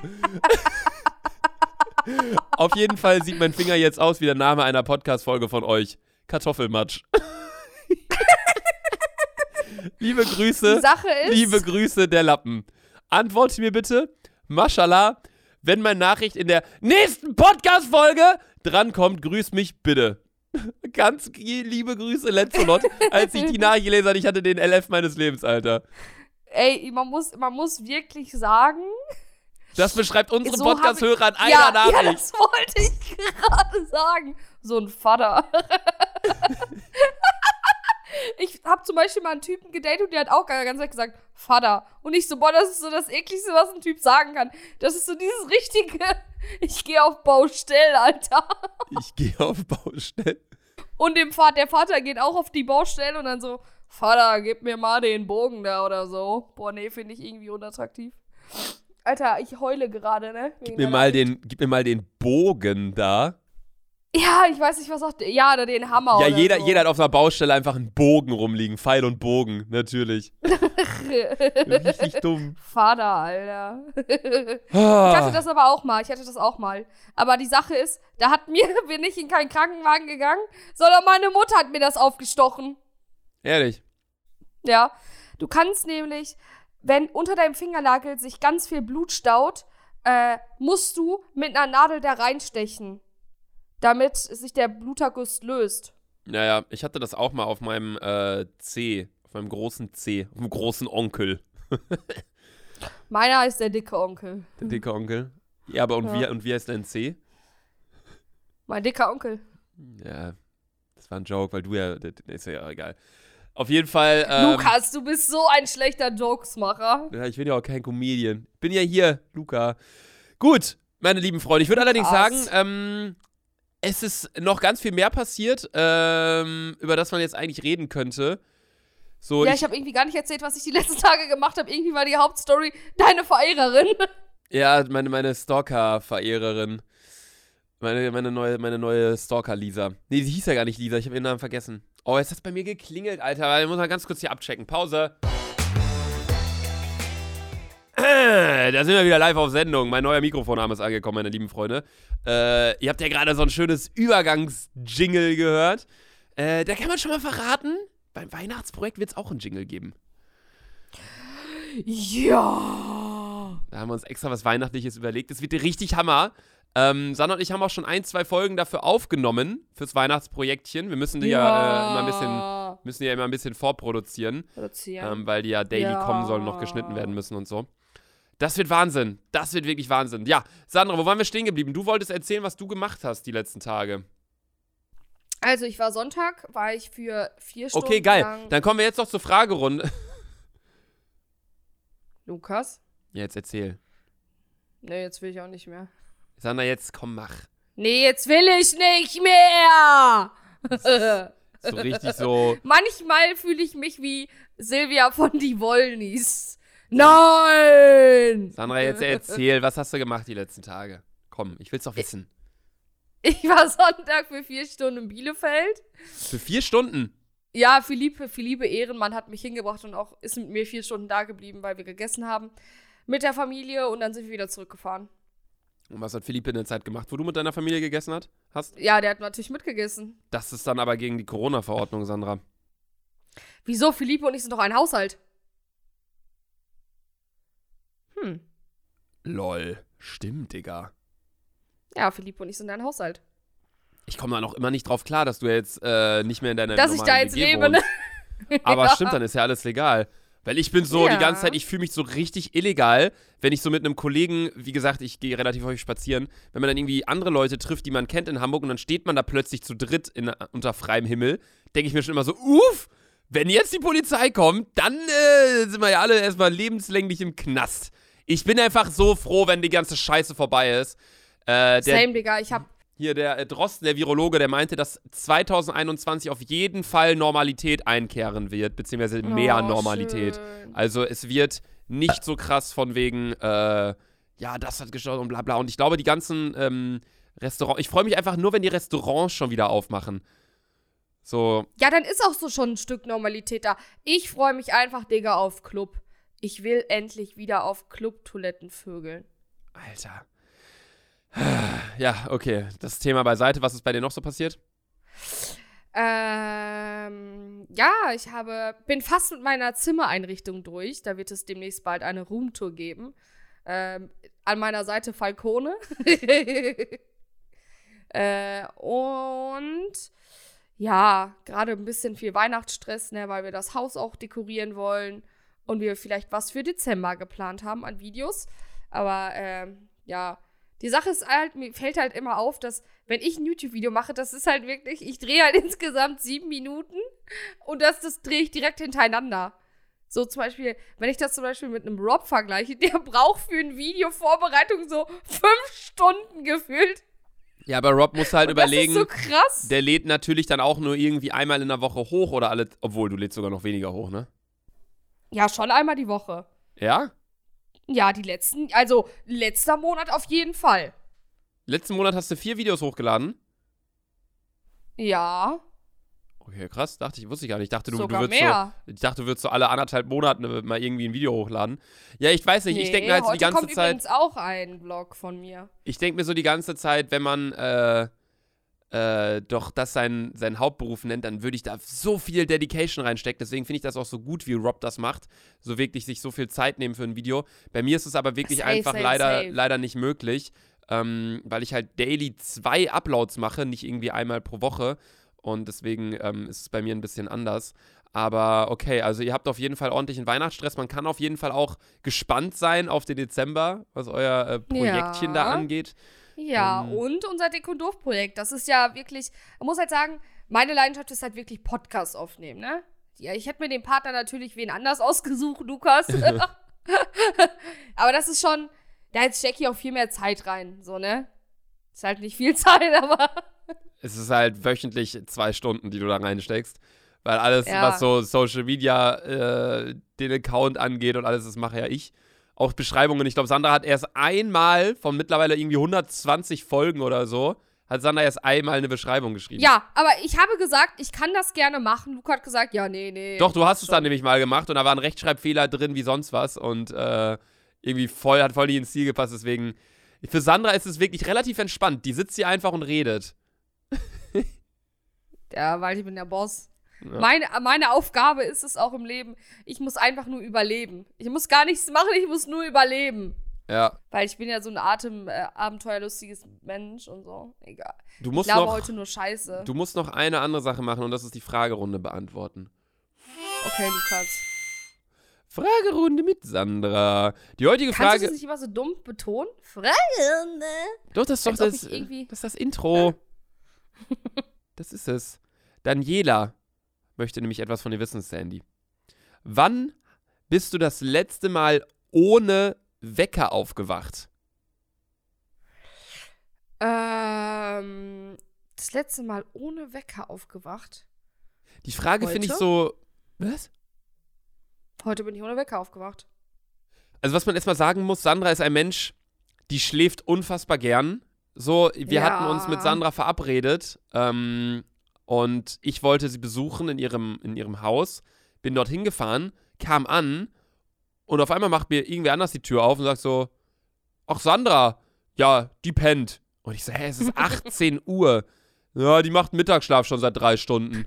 Auf jeden Fall sieht mein Finger jetzt aus wie der Name einer Podcast-Folge von euch. Kartoffelmatsch. Liebe Grüße. Die Sache ist, Liebe Grüße, der Lappen. Antworte mir bitte, Mashallah, wenn meine Nachricht in der nächsten Podcast-Folge drankommt, grüß mich bitte. Ganz liebe Grüße, Letzolot. Als ich die Nachricht gelesen hatte, ich hatte den L F meines Lebens, Alter. ey, man muss, man muss wirklich sagen, Das beschreibt unsere So hab Podcast-Hörer in einer ja, Nachricht. ja, das wollte ich gerade sagen. So ein Vater. Ich habe zum Beispiel mal einen Typen gedatet und der hat auch ganz Zeit gesagt, Vater. Und ich so, boah, das ist so das Ekligste, was ein Typ sagen kann. Das ist so dieses richtige, ich gehe auf Baustelle, Alter. Ich gehe auf Baustelle. Und dem Vater, der Vater geht auch auf die Baustelle und dann so, Vater, gib mir mal den Bogen da oder so. Boah, nee, finde ich irgendwie unattraktiv. Alter, ich heule gerade, ne? Gib mir, mal den, gib mir mal den Bogen da. Ja, ich weiß nicht, was sagt. Ja, oder den Hammer. Ja, oder jeder, so. jeder hat auf einer Baustelle einfach einen Bogen rumliegen. Pfeil und Bogen, natürlich. Richtig dumm. Vater, Alter. Ich Ah. hatte das aber auch mal. Ich hatte das auch mal. Aber die Sache ist, da hat mir, bin ich in keinen Krankenwagen gegangen, sondern meine Mutter hat mir das aufgestochen. Ehrlich. Ja. Du kannst nämlich, wenn unter deinem Fingernagel sich ganz viel Blut staut, äh, musst du mit einer Nadel da reinstechen, damit sich der Bluterguss löst. Naja, ich hatte das auch mal auf meinem äh, C, auf meinem großen C, auf dem großen Onkel. Meiner ist der dicke Onkel. Der dicke Onkel. Ja, aber und, Ja. Wie, und wie heißt dein C? Mein dicker Onkel. Ja, das war ein Joke, weil du ja, das ist ja egal. Auf jeden Fall. Ähm, Lukas, du bist so ein schlechter Jokesmacher. Ja, ich bin ja auch kein Comedian. Ich bin ja hier, Luca. Gut, meine lieben Freunde. Ich würde allerdings sagen, Krass. ähm, es ist noch ganz viel mehr passiert, ähm, über das man jetzt eigentlich reden könnte. So, Ja, ich, ich habe irgendwie gar nicht erzählt, was ich die letzten Tage gemacht habe. Irgendwie war die Hauptstory deine Verehrerin. ja, meine, meine Stalker-Verehrerin. Meine, meine neue, meine neue Stalker-Lisa. Nee, sie hieß ja gar nicht Lisa, ich habe ihren Namen vergessen. Oh, jetzt hat es bei mir geklingelt, Alter. Ich muss mal ganz kurz hier abchecken. Pause. Da sind wir wieder live auf Sendung. Mein neuer Mikrofonarm ist angekommen, meine lieben Freunde. Äh, ihr habt ja gerade so ein schönes Übergangs-Jingle gehört. Äh, da kann man schon mal verraten, beim Weihnachtsprojekt wird es auch einen Jingle geben. Ja. Da haben wir uns extra was Weihnachtliches überlegt. Das wird richtig Hammer. Ähm, Sandra und ich haben auch schon ein, zwei Folgen dafür aufgenommen, fürs Weihnachtsprojektchen. Wir müssen die ja, ja äh, immer ein bisschen, müssen die ja immer ein bisschen vorproduzieren, Produzieren. ähm, weil die ja daily Ja. kommen sollen, noch geschnitten werden müssen und so. Das wird Wahnsinn. Das wird wirklich Wahnsinn. Ja, Sandra, wo waren wir stehen geblieben? Du wolltest erzählen, was du gemacht hast die letzten Tage. Also, ich war Sonntag, war ich für vier Stunden Okay, geil. lang... Dann kommen wir jetzt noch zur Fragerunde. Lukas? Ja, jetzt erzähl. Nee, jetzt will ich auch nicht mehr. Sandra, jetzt komm, mach. Nee, jetzt will ich nicht mehr! So richtig so. Manchmal fühle ich mich wie Silvia von die Wollnis. Nein! Sandra, jetzt erzähl, was hast du gemacht die letzten Tage? Komm, ich will's doch wissen. Ich war Sonntag für vier Stunden in Bielefeld. Für vier Stunden? Ja, Philippe, Philippe Ehrenmann hat mich hingebracht und auch ist mit mir vier Stunden da geblieben, weil wir gegessen haben. Mit der Familie und dann sind wir wieder zurückgefahren. Und was hat Philippe in der Zeit gemacht, wo du mit deiner Familie gegessen hat, hast? Ja, der hat natürlich mitgegessen. Das ist dann aber gegen die Corona-Verordnung, Sandra. Wieso? Philippe und ich sind doch ein Haushalt. Hm. Lol. Stimmt, Digga. Ja, Philippe und ich sind ein Haushalt. Ich komme da noch immer nicht drauf klar, dass du jetzt äh, nicht mehr in deiner Dass ich da normalen jetzt W G lebe, ne? wohnst. Aber Ja. stimmt, dann ist ja alles legal. Weil ich bin so Ja. die ganze Zeit, ich fühle mich so richtig illegal, wenn ich so mit einem Kollegen, wie gesagt, ich gehe relativ häufig spazieren, wenn man dann irgendwie andere Leute trifft, die man kennt in Hamburg und dann steht man da plötzlich zu dritt in, unter freiem Himmel, denke ich mir schon immer so, uff, wenn jetzt die Polizei kommt, dann äh, sind wir ja alle erstmal lebenslänglich im Knast. Ich bin einfach so froh, wenn die ganze Scheiße vorbei ist. Äh, der, Same, Digga. Ich hab Hier der äh, Drosten, der Virologe, der meinte, dass zwanzig einundzwanzig auf jeden Fall Normalität einkehren wird, beziehungsweise mehr Oh, Normalität. schön. Also es wird nicht so krass von wegen, äh, ja, das hat geschaut und bla bla. Und ich glaube, die ganzen ähm, Restaurants, ich freue mich einfach nur, wenn die Restaurants schon wieder aufmachen. So, Ja, dann ist auch so schon ein Stück Normalität da. Ich freue mich einfach, Digga, auf Club. Ich will endlich wieder auf Club-Toiletten vögeln. Alter. Ja, okay. Das Thema beiseite. Was ist bei dir noch so passiert? Ähm, ja, ich habe, bin fast mit meiner Zimmereinrichtung durch. Da wird es demnächst bald eine Roomtour geben. Ähm, an meiner Seite Falcone. äh, und ja, gerade ein bisschen viel Weihnachtsstress, ne, weil wir das Haus auch dekorieren wollen und wir vielleicht was für Dezember geplant haben an Videos. Aber ähm, ja, die Sache ist halt, mir fällt halt immer auf, dass, wenn ich ein YouTube-Video mache, das ist halt wirklich, ich drehe halt insgesamt sieben Minuten und das, das drehe ich direkt hintereinander. So zum Beispiel, wenn ich das zum Beispiel mit einem Rob vergleiche, der braucht für ein Video Vorbereitung so fünf Stunden gefühlt. Ja, aber Rob muss halt Und überlegen, das ist so krass. der lädt natürlich dann auch nur irgendwie einmal in der Woche hoch oder alle, obwohl du lädst sogar noch weniger hoch, ne? Ja, schon einmal die Woche. Ja? Ja, die letzten, also letzter Monat auf jeden Fall. Letzten Monat hast du vier Videos hochgeladen. Ja. Okay, krass, dachte ich, wusste ich gar nicht. Ich dachte, du, du Sogar würdest mehr. so, ich dachte, du würdest so alle anderthalb Monate mal irgendwie ein Video hochladen. Ja, ich weiß nicht, Nee, ich denke mir halt so die heute ganze kommt Zeit, übrigens auch ein Vlog von mir. ich denke mir so die ganze Zeit, wenn man äh, äh, doch das seinen sein Hauptberuf nennt, dann würde ich da so viel Dedication reinstecken. Deswegen finde ich das auch so gut, wie Rob das macht. So wirklich sich so viel Zeit nehmen für ein Video. Bei mir ist es aber wirklich Safe, einfach safe, leider, safe. leider nicht möglich, ähm, weil ich halt daily zwei Uploads mache, nicht irgendwie einmal pro Woche. Und deswegen ähm, ist es bei mir ein bisschen anders. Aber okay, also ihr habt auf jeden Fall ordentlichen Weihnachtsstress. Man kann auf jeden Fall auch gespannt sein auf den Dezember, was euer äh, Projektchen Ja. da angeht. Ja, Ähm. und unser Dick- und Doof-Projekt. Das ist ja wirklich, man muss halt sagen, meine Leidenschaft ist halt wirklich Podcast aufnehmen, ne? Ja, ich hätte mir den Partner natürlich wen anders ausgesucht, Lukas. Aber das ist schon, da jetzt stecke ich auch viel mehr Zeit rein, so, ne? Ist halt nicht viel Zeit, aber Es ist halt wöchentlich zwei Stunden, die du da reinsteckst. Weil alles, Ja. was so Social Media, äh, den Account angeht und alles, das mache ja ich. Auch Beschreibungen. Ich glaube, Sandra hat erst einmal von mittlerweile irgendwie hundertzwanzig Folgen oder so, hat Sandra erst einmal eine Beschreibung geschrieben. ja, aber ich habe gesagt, ich kann das gerne machen. Luca hat gesagt, ja, nee, nee. Doch, du hast es schon. dann nämlich mal gemacht und da waren Rechtschreibfehler drin wie sonst was und äh, irgendwie voll, hat voll nicht ins Stil gepasst. Deswegen, für Sandra ist es wirklich relativ entspannt. Die sitzt hier einfach und redet. Ja, weil ich bin der Boss. Ja. Meine, meine Aufgabe ist es auch im Leben, ich muss einfach nur überleben. Ich muss gar nichts machen, ich muss nur überleben. Ja. Weil ich bin ja so ein Atem, äh, abenteuerlustiges Mensch und so. Egal. Du Ich musst glaube noch, heute nur Scheiße. du musst noch eine andere Sache machen und das ist die Fragerunde beantworten. Okay, Lukas. Fragerunde mit Sandra. Die heutige Kannst du Frage. das nicht immer so dumm betonen? Frage, ne? Doch, das ist doch Als ob das, ich irgendwie- das, ist das Intro. Das ist es. Daniela möchte nämlich etwas von dir wissen, Sandy. Wann bist du das letzte Mal ohne Wecker aufgewacht? Ähm, das letzte Mal ohne Wecker aufgewacht. Die Frage finde ich Heute? so. Was? Heute bin ich ohne Wecker aufgewacht. Also, was man erstmal sagen muss, Sandra ist ein Mensch, die schläft unfassbar gern. So, wir Ja. hatten uns mit Sandra verabredet ähm, und ich wollte sie besuchen in ihrem, in ihrem Haus, bin dorthin gefahren, kam an und auf einmal macht mir irgendwer anders die Tür auf und sagt so, ach Sandra, ja, die pennt. Und ich so, hä, es ist achtzehn Uhr. Ja, die macht Mittagsschlaf schon seit drei Stunden.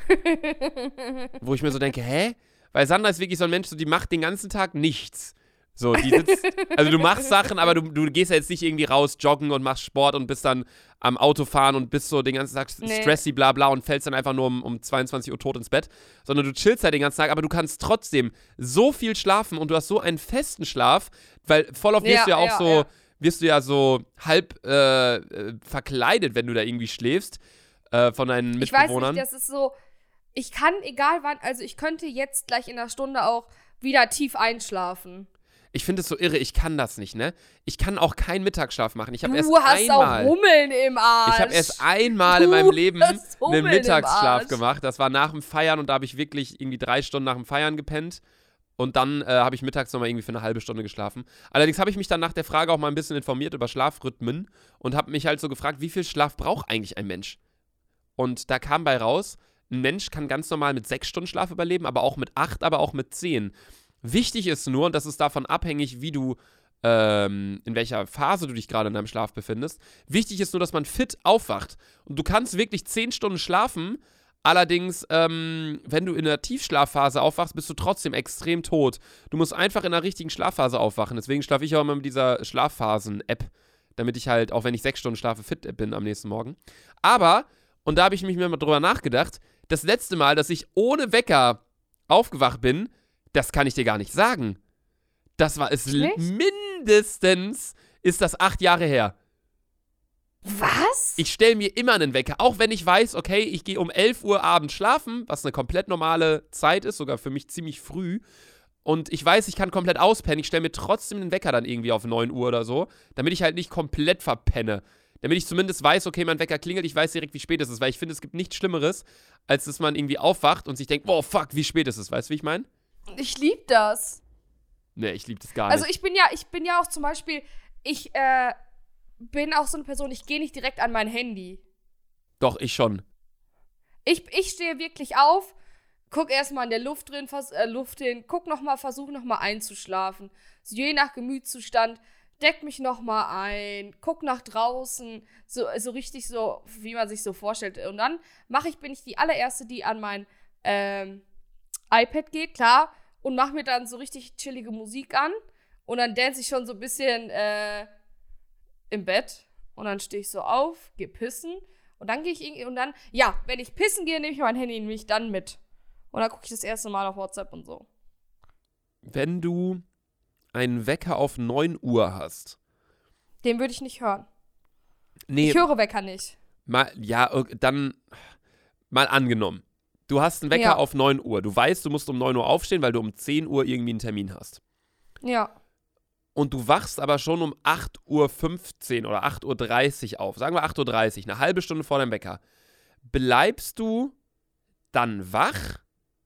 Wo ich mir so denke, hä? Weil Sandra ist wirklich so ein Mensch, so, die macht den ganzen Tag nichts. So, die sitzt, also du machst Sachen, aber du, du gehst ja jetzt nicht irgendwie raus joggen und machst Sport und bist dann am Autofahren und bist so den ganzen Tag Nee. stressy, bla bla und fällst dann einfach nur um, um zweiundzwanzig Uhr tot ins Bett, sondern du chillst halt den ganzen Tag, aber du kannst trotzdem so viel schlafen und du hast so einen festen Schlaf, weil voll oft wirst Ja, du ja auch ja, so, ja. wirst du ja so halb äh, äh, verkleidet, wenn du da irgendwie schläfst äh, von deinen Ich weiß Mitbewohnern. nicht, das ist so, ich kann, egal wann, also ich könnte jetzt gleich in einer Stunde auch wieder tief einschlafen. Ich finde es so irre, ich kann das nicht, ne? Ich kann auch keinen Mittagsschlaf machen. Ich habe erst Du hast einmal, auch Hummeln im Arsch. ich habe erst einmal in Du meinem Leben hast Hummeln einen im Mittagsschlaf Arsch. gemacht. Das war nach dem Feiern und da habe ich wirklich irgendwie drei Stunden nach dem Feiern gepennt. Und dann äh, habe ich mittags nochmal irgendwie für eine halbe Stunde geschlafen. Allerdings habe ich mich dann nach der Frage auch mal ein bisschen informiert über Schlafrhythmen und habe mich halt so gefragt, wie viel Schlaf braucht eigentlich ein Mensch? Und da kam bei raus, ein Mensch kann ganz normal mit sechs Stunden Schlaf überleben, aber auch mit acht, aber auch mit zehn. Wichtig ist nur, und das ist davon abhängig, wie du, ähm, in welcher Phase du dich gerade in deinem Schlaf befindest, wichtig ist nur, dass man fit aufwacht. Und du kannst wirklich zehn Stunden schlafen, allerdings, ähm, wenn du in der Tiefschlafphase aufwachst, bist du trotzdem extrem tot. Du musst einfach in der richtigen Schlafphase aufwachen. Deswegen schlafe ich auch immer mit dieser Schlafphasen-App, damit ich halt, auch wenn ich sechs Stunden schlafe, fit bin am nächsten Morgen. Aber, und da habe ich mich mir mal drüber nachgedacht, das letzte Mal, dass ich ohne Wecker aufgewacht bin, das kann ich dir gar nicht sagen. Das war es Nicht? mindestens, ist das acht Jahre her. Was? Ich stelle mir immer einen Wecker, auch wenn ich weiß, okay, ich gehe um elf Uhr abends schlafen, was eine komplett normale Zeit ist, sogar für mich ziemlich früh. Und ich weiß, ich kann komplett auspennen. Ich stelle mir trotzdem den Wecker dann irgendwie auf neun Uhr oder so, damit ich halt nicht komplett verpenne. Damit ich zumindest weiß, okay, mein Wecker klingelt, ich weiß direkt, wie spät es ist. Weil ich finde, es gibt nichts Schlimmeres, als dass man irgendwie aufwacht und sich denkt, boah, fuck, wie spät ist es? Weißt du, wie ich meine? Ich lieb das. Nee, ich liebe das gar Also nicht. ich bin ja, ich bin ja auch zum Beispiel, ich äh, bin auch so eine Person, ich gehe nicht direkt an mein Handy. Doch, ich schon. Ich, ich stehe wirklich auf, guck erstmal in der Luft drin, vers- äh, Luft hin, guck nochmal, versuch nochmal einzuschlafen. So, je nach Gemütszustand, deck mich nochmal ein, guck nach draußen, so, so richtig so, wie man sich so vorstellt. Und dann mache ich, bin ich die allererste, die an mein ähm, iPad geht, klar, und mache mir dann so richtig chillige Musik an. Und dann dance ich schon so ein bisschen äh, im Bett. Und dann stehe ich so auf, gehe pissen. Und dann gehe ich irgendwie, und dann, ja, wenn ich pissen gehe, nehme ich mein Handy nämlich dann mit. Und dann gucke ich das erste Mal auf WhatsApp und so. Wenn du einen Wecker auf neun Uhr hast. Den würde ich nicht hören. Nee, Ich höre Wecker nicht. mal, ja, ok, dann mal angenommen. Du hast einen Wecker Ja. auf neun Uhr. Du weißt, du musst um neun Uhr aufstehen, weil du um zehn Uhr irgendwie einen Termin hast. Ja. Und du wachst aber schon um acht Uhr fünfzehn oder acht Uhr dreißig auf. Sagen wir acht Uhr dreißig, eine halbe Stunde vor deinem Wecker. Bleibst du dann wach?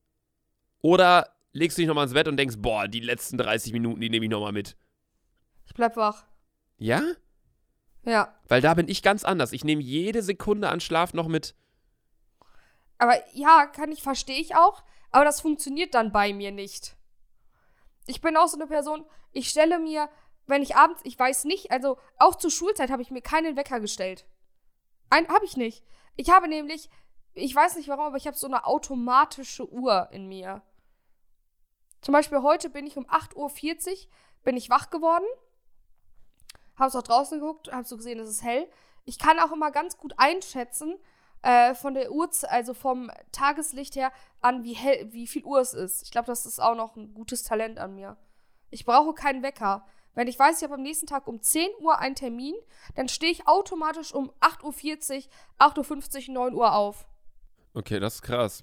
Oder legst du dich nochmal ins Bett und denkst, boah, die letzten dreißig Minuten, die nehme ich nochmal mit? Ich bleib wach. Ja? Ja. Weil da bin ich ganz anders. Ich nehme jede Sekunde an Schlaf noch mit. Aber ja, kann ich, verstehe ich auch. Aber das funktioniert dann bei mir nicht. Ich bin auch so eine Person, ich stelle mir, wenn ich abends, ich weiß nicht, also auch zur Schulzeit habe ich mir keinen Wecker gestellt. Ein, habe ich nicht. Ich habe nämlich, ich weiß nicht warum, aber ich habe so eine automatische Uhr in mir. Zum Beispiel heute bin ich um acht Uhr vierzig, bin ich wach geworden, habe so draußen geguckt, habe so gesehen, es ist hell. Ich kann auch immer ganz gut einschätzen, äh, von der Uhr, also vom Tageslicht her, an wie hell, wie viel Uhr es ist. Ich glaube, das ist auch noch ein gutes Talent an mir. Ich brauche keinen Wecker. Wenn ich weiß, ich habe am nächsten Tag um zehn Uhr einen Termin, dann stehe ich automatisch um acht Uhr vierzig, acht Uhr fünfzig, neun Uhr auf. Okay, das ist krass.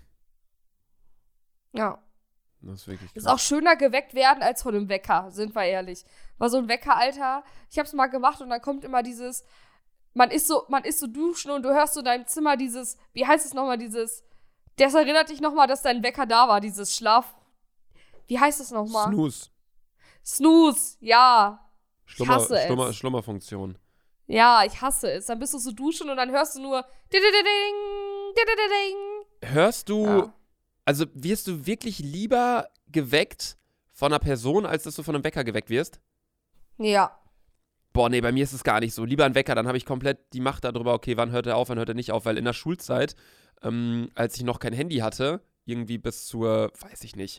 Ja. Das ist wirklich krass. Ist auch schöner geweckt werden als von einem Wecker, sind wir ehrlich. Weil so ein Wecker, Alter, ich hab's mal gemacht und dann kommt immer dieses, man ist so, man ist so duschen und du hörst so in deinem Zimmer dieses, wie heißt es nochmal, dieses, das erinnert dich nochmal, dass dein Wecker da war, dieses Schlaf, wie heißt es nochmal? Snooze. Snooze, ja. Schlummer, ich hasse Schlummer, es. Schlummerfunktion. Ja, ich hasse es. Dann bist du so duschen und dann hörst du nur ding, ding. Hörst du, Ja. also wirst du wirklich lieber geweckt von einer Person, als dass du von einem Wecker geweckt wirst? Ja. Boah, nee, bei mir ist es gar nicht so. Lieber ein Wecker, dann habe ich komplett die Macht darüber, okay, wann hört er auf, wann hört er nicht auf. Weil in der Schulzeit, ähm, als ich noch kein Handy hatte, irgendwie bis zur, weiß ich nicht,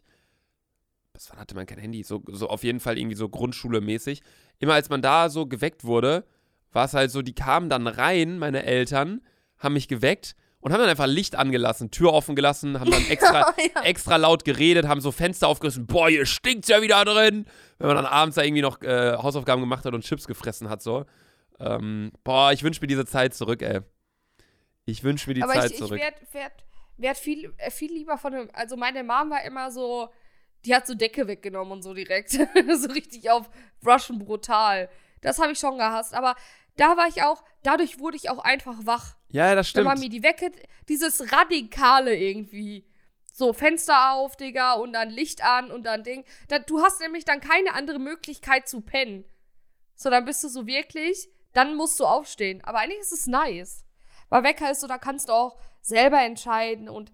bis wann hatte man kein Handy? So, so auf jeden Fall irgendwie so Grundschule-mäßig. Immer als man da so geweckt wurde, war es halt so, die kamen dann rein, meine Eltern, haben mich geweckt und haben dann einfach Licht angelassen, Tür offen gelassen, haben dann extra, ja. extra laut geredet, haben so Fenster aufgerissen. Boah, hier stinkt's ja wieder drin. Wenn man dann abends da irgendwie noch äh, Hausaufgaben gemacht hat und Chips gefressen hat, so. Ähm, boah, ich wünsche mir diese Zeit zurück, ey. Ich wünsche mir die Aber Zeit ich, zurück. ich werd, werd, werd viel, äh, viel lieber von dem, also meine Mom war immer so, die hat so Decke weggenommen und so direkt. So richtig auf Russian brutal. Das habe ich schon gehasst. Aber da war ich auch, dadurch wurde ich auch einfach wach. Ja, das Wenn stimmt. man mir die weckt, dieses Radikale irgendwie. So, Fenster auf, Digga, und dann Licht an und dann Ding. Da, du hast nämlich dann keine andere Möglichkeit zu pennen. So, dann bist du so wirklich, dann musst du aufstehen. Aber eigentlich ist es nice. Weil Wecker ist so, da kannst du auch selber entscheiden. Und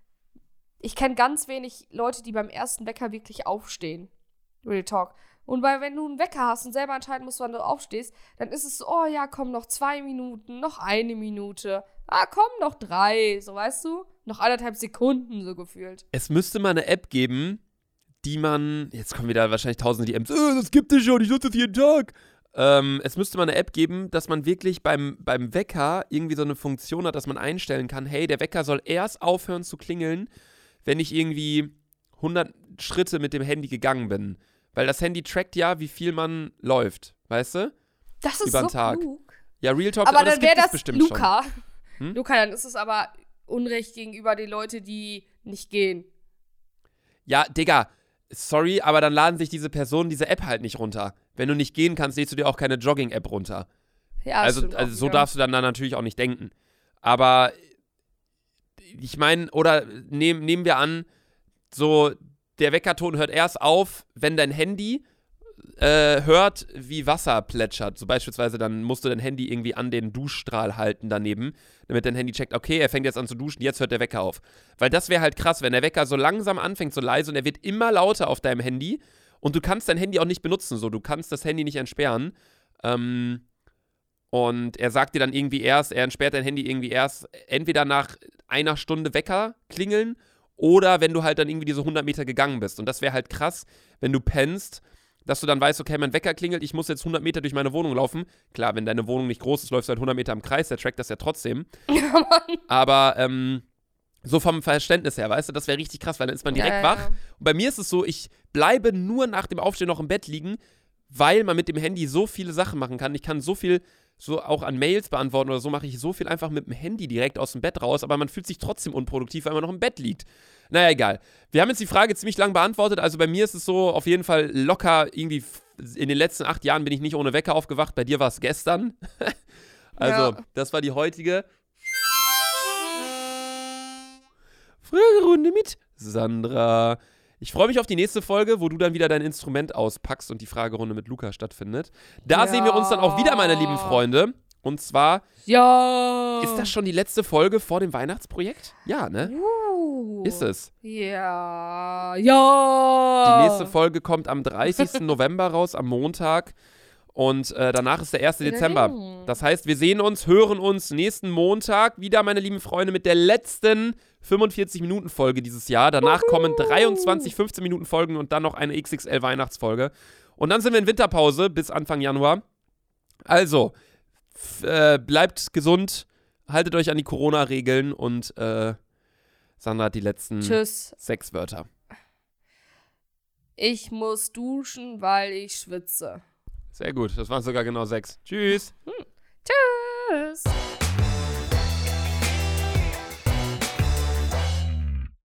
ich kenne ganz wenig Leute, die beim ersten Wecker wirklich aufstehen. Real Talk. Und weil, wenn du einen Wecker hast und selber entscheiden musst, wann du aufstehst, dann ist es so, oh ja, komm, noch zwei Minuten, noch eine Minute. Ah, komm, noch drei, so weißt du? Noch anderthalb Sekunden, so gefühlt. Es müsste mal eine App geben, die man, jetzt kommen wieder wahrscheinlich tausende D Ms, äh, das gibt es schon, ich nutze das jeden Tag. Ähm, es müsste mal eine App geben, dass man wirklich beim, beim Wecker irgendwie so eine Funktion hat, dass man einstellen kann, hey, der Wecker soll erst aufhören zu klingeln, wenn ich irgendwie hundert Schritte mit dem Handy gegangen bin. Weil das Handy trackt ja, wie viel man läuft, weißt du? Das ist Übern so Tag. klug. Ja, Real Talk, Aber aber das dann wäre gibt es das bestimmt Luca. schon. Hm? Luca, dann ist es aber Unrecht gegenüber den Leuten, die nicht gehen. Ja, Digga, sorry, aber dann laden sich diese Personen diese App halt nicht runter. Wenn du nicht gehen kannst, lädst du dir auch keine Jogging-App runter. Ja, also stimmt also auch so wieder. darfst du dann, dann natürlich auch nicht denken. Aber ich meine, oder nehm, nehmen wir an, so der Weckerton hört erst auf, wenn dein Handy äh, hört, wie Wasser plätschert, so beispielsweise, dann musst du dein Handy irgendwie an den Duschstrahl halten daneben, damit dein Handy checkt, okay, er fängt jetzt an zu duschen, jetzt hört der Wecker auf. Weil das wäre halt krass, wenn der Wecker so langsam anfängt, so leise und er wird immer lauter auf deinem Handy und du kannst dein Handy auch nicht benutzen, so, du kannst das Handy nicht entsperren. Ähm, und er sagt dir dann irgendwie erst, er entsperrt dein Handy irgendwie erst entweder nach einer Stunde Wecker klingeln oder wenn du halt dann irgendwie diese hundert Meter gegangen bist. Und das wäre halt krass, wenn du pennst, dass du dann weißt, okay, mein Wecker klingelt, ich muss jetzt hundert Meter durch meine Wohnung laufen. Klar, wenn deine Wohnung nicht groß ist, läufst du halt hundert Meter im Kreis, der trackt das ja trotzdem. Ja, Mann. Aber ähm, so vom Verständnis her, weißt du, das wäre richtig krass, weil dann ist man direkt ja, ja. wach. Und bei mir ist es so, ich bleibe nur nach dem Aufstehen noch im Bett liegen, weil man mit dem Handy so viele Sachen machen kann. Ich kann so viel, so auch an Mails beantworten oder so, mache ich so viel einfach mit dem Handy direkt aus dem Bett raus, aber man fühlt sich trotzdem unproduktiv, weil man noch im Bett liegt. Naja, egal. Wir haben jetzt die Frage ziemlich lang beantwortet, also bei mir ist es so auf jeden Fall locker irgendwie, in den letzten acht Jahren bin ich nicht ohne Wecker aufgewacht, bei dir war es gestern. Also, ja. Das war die heutige Fragerunde mit Sandra. Ich freue mich auf die nächste Folge, wo du dann wieder dein Instrument auspackst und die Fragerunde mit Luca stattfindet. Da ja. sehen wir uns dann auch wieder, meine lieben Freunde. Und zwar, ja. ist das schon die letzte Folge vor dem Weihnachtsprojekt? Ja, ne? Uh. Ist es. Ja. Ja. Die nächste Folge kommt am dreißigsten November raus, am Montag. Und äh, danach ist der erste Dezember. Das heißt, wir sehen uns, hören uns nächsten Montag wieder, meine lieben Freunde, mit der letzten fünfundvierzig-Minuten-Folge dieses Jahr. Danach Uhu. kommen dreiundzwanzig fünfzehn-Minuten-Folgen und dann noch eine X X L-Weihnachtsfolge. Und dann sind wir in Winterpause bis Anfang Januar. Also, f- äh, bleibt gesund, haltet euch an die Corona-Regeln und äh, Sandra hat die letzten Tschüss. sechs Wörter. Ich muss duschen, weil ich schwitze. Sehr gut, das waren sogar genau sechs. Tschüss. Hm. Tschüss.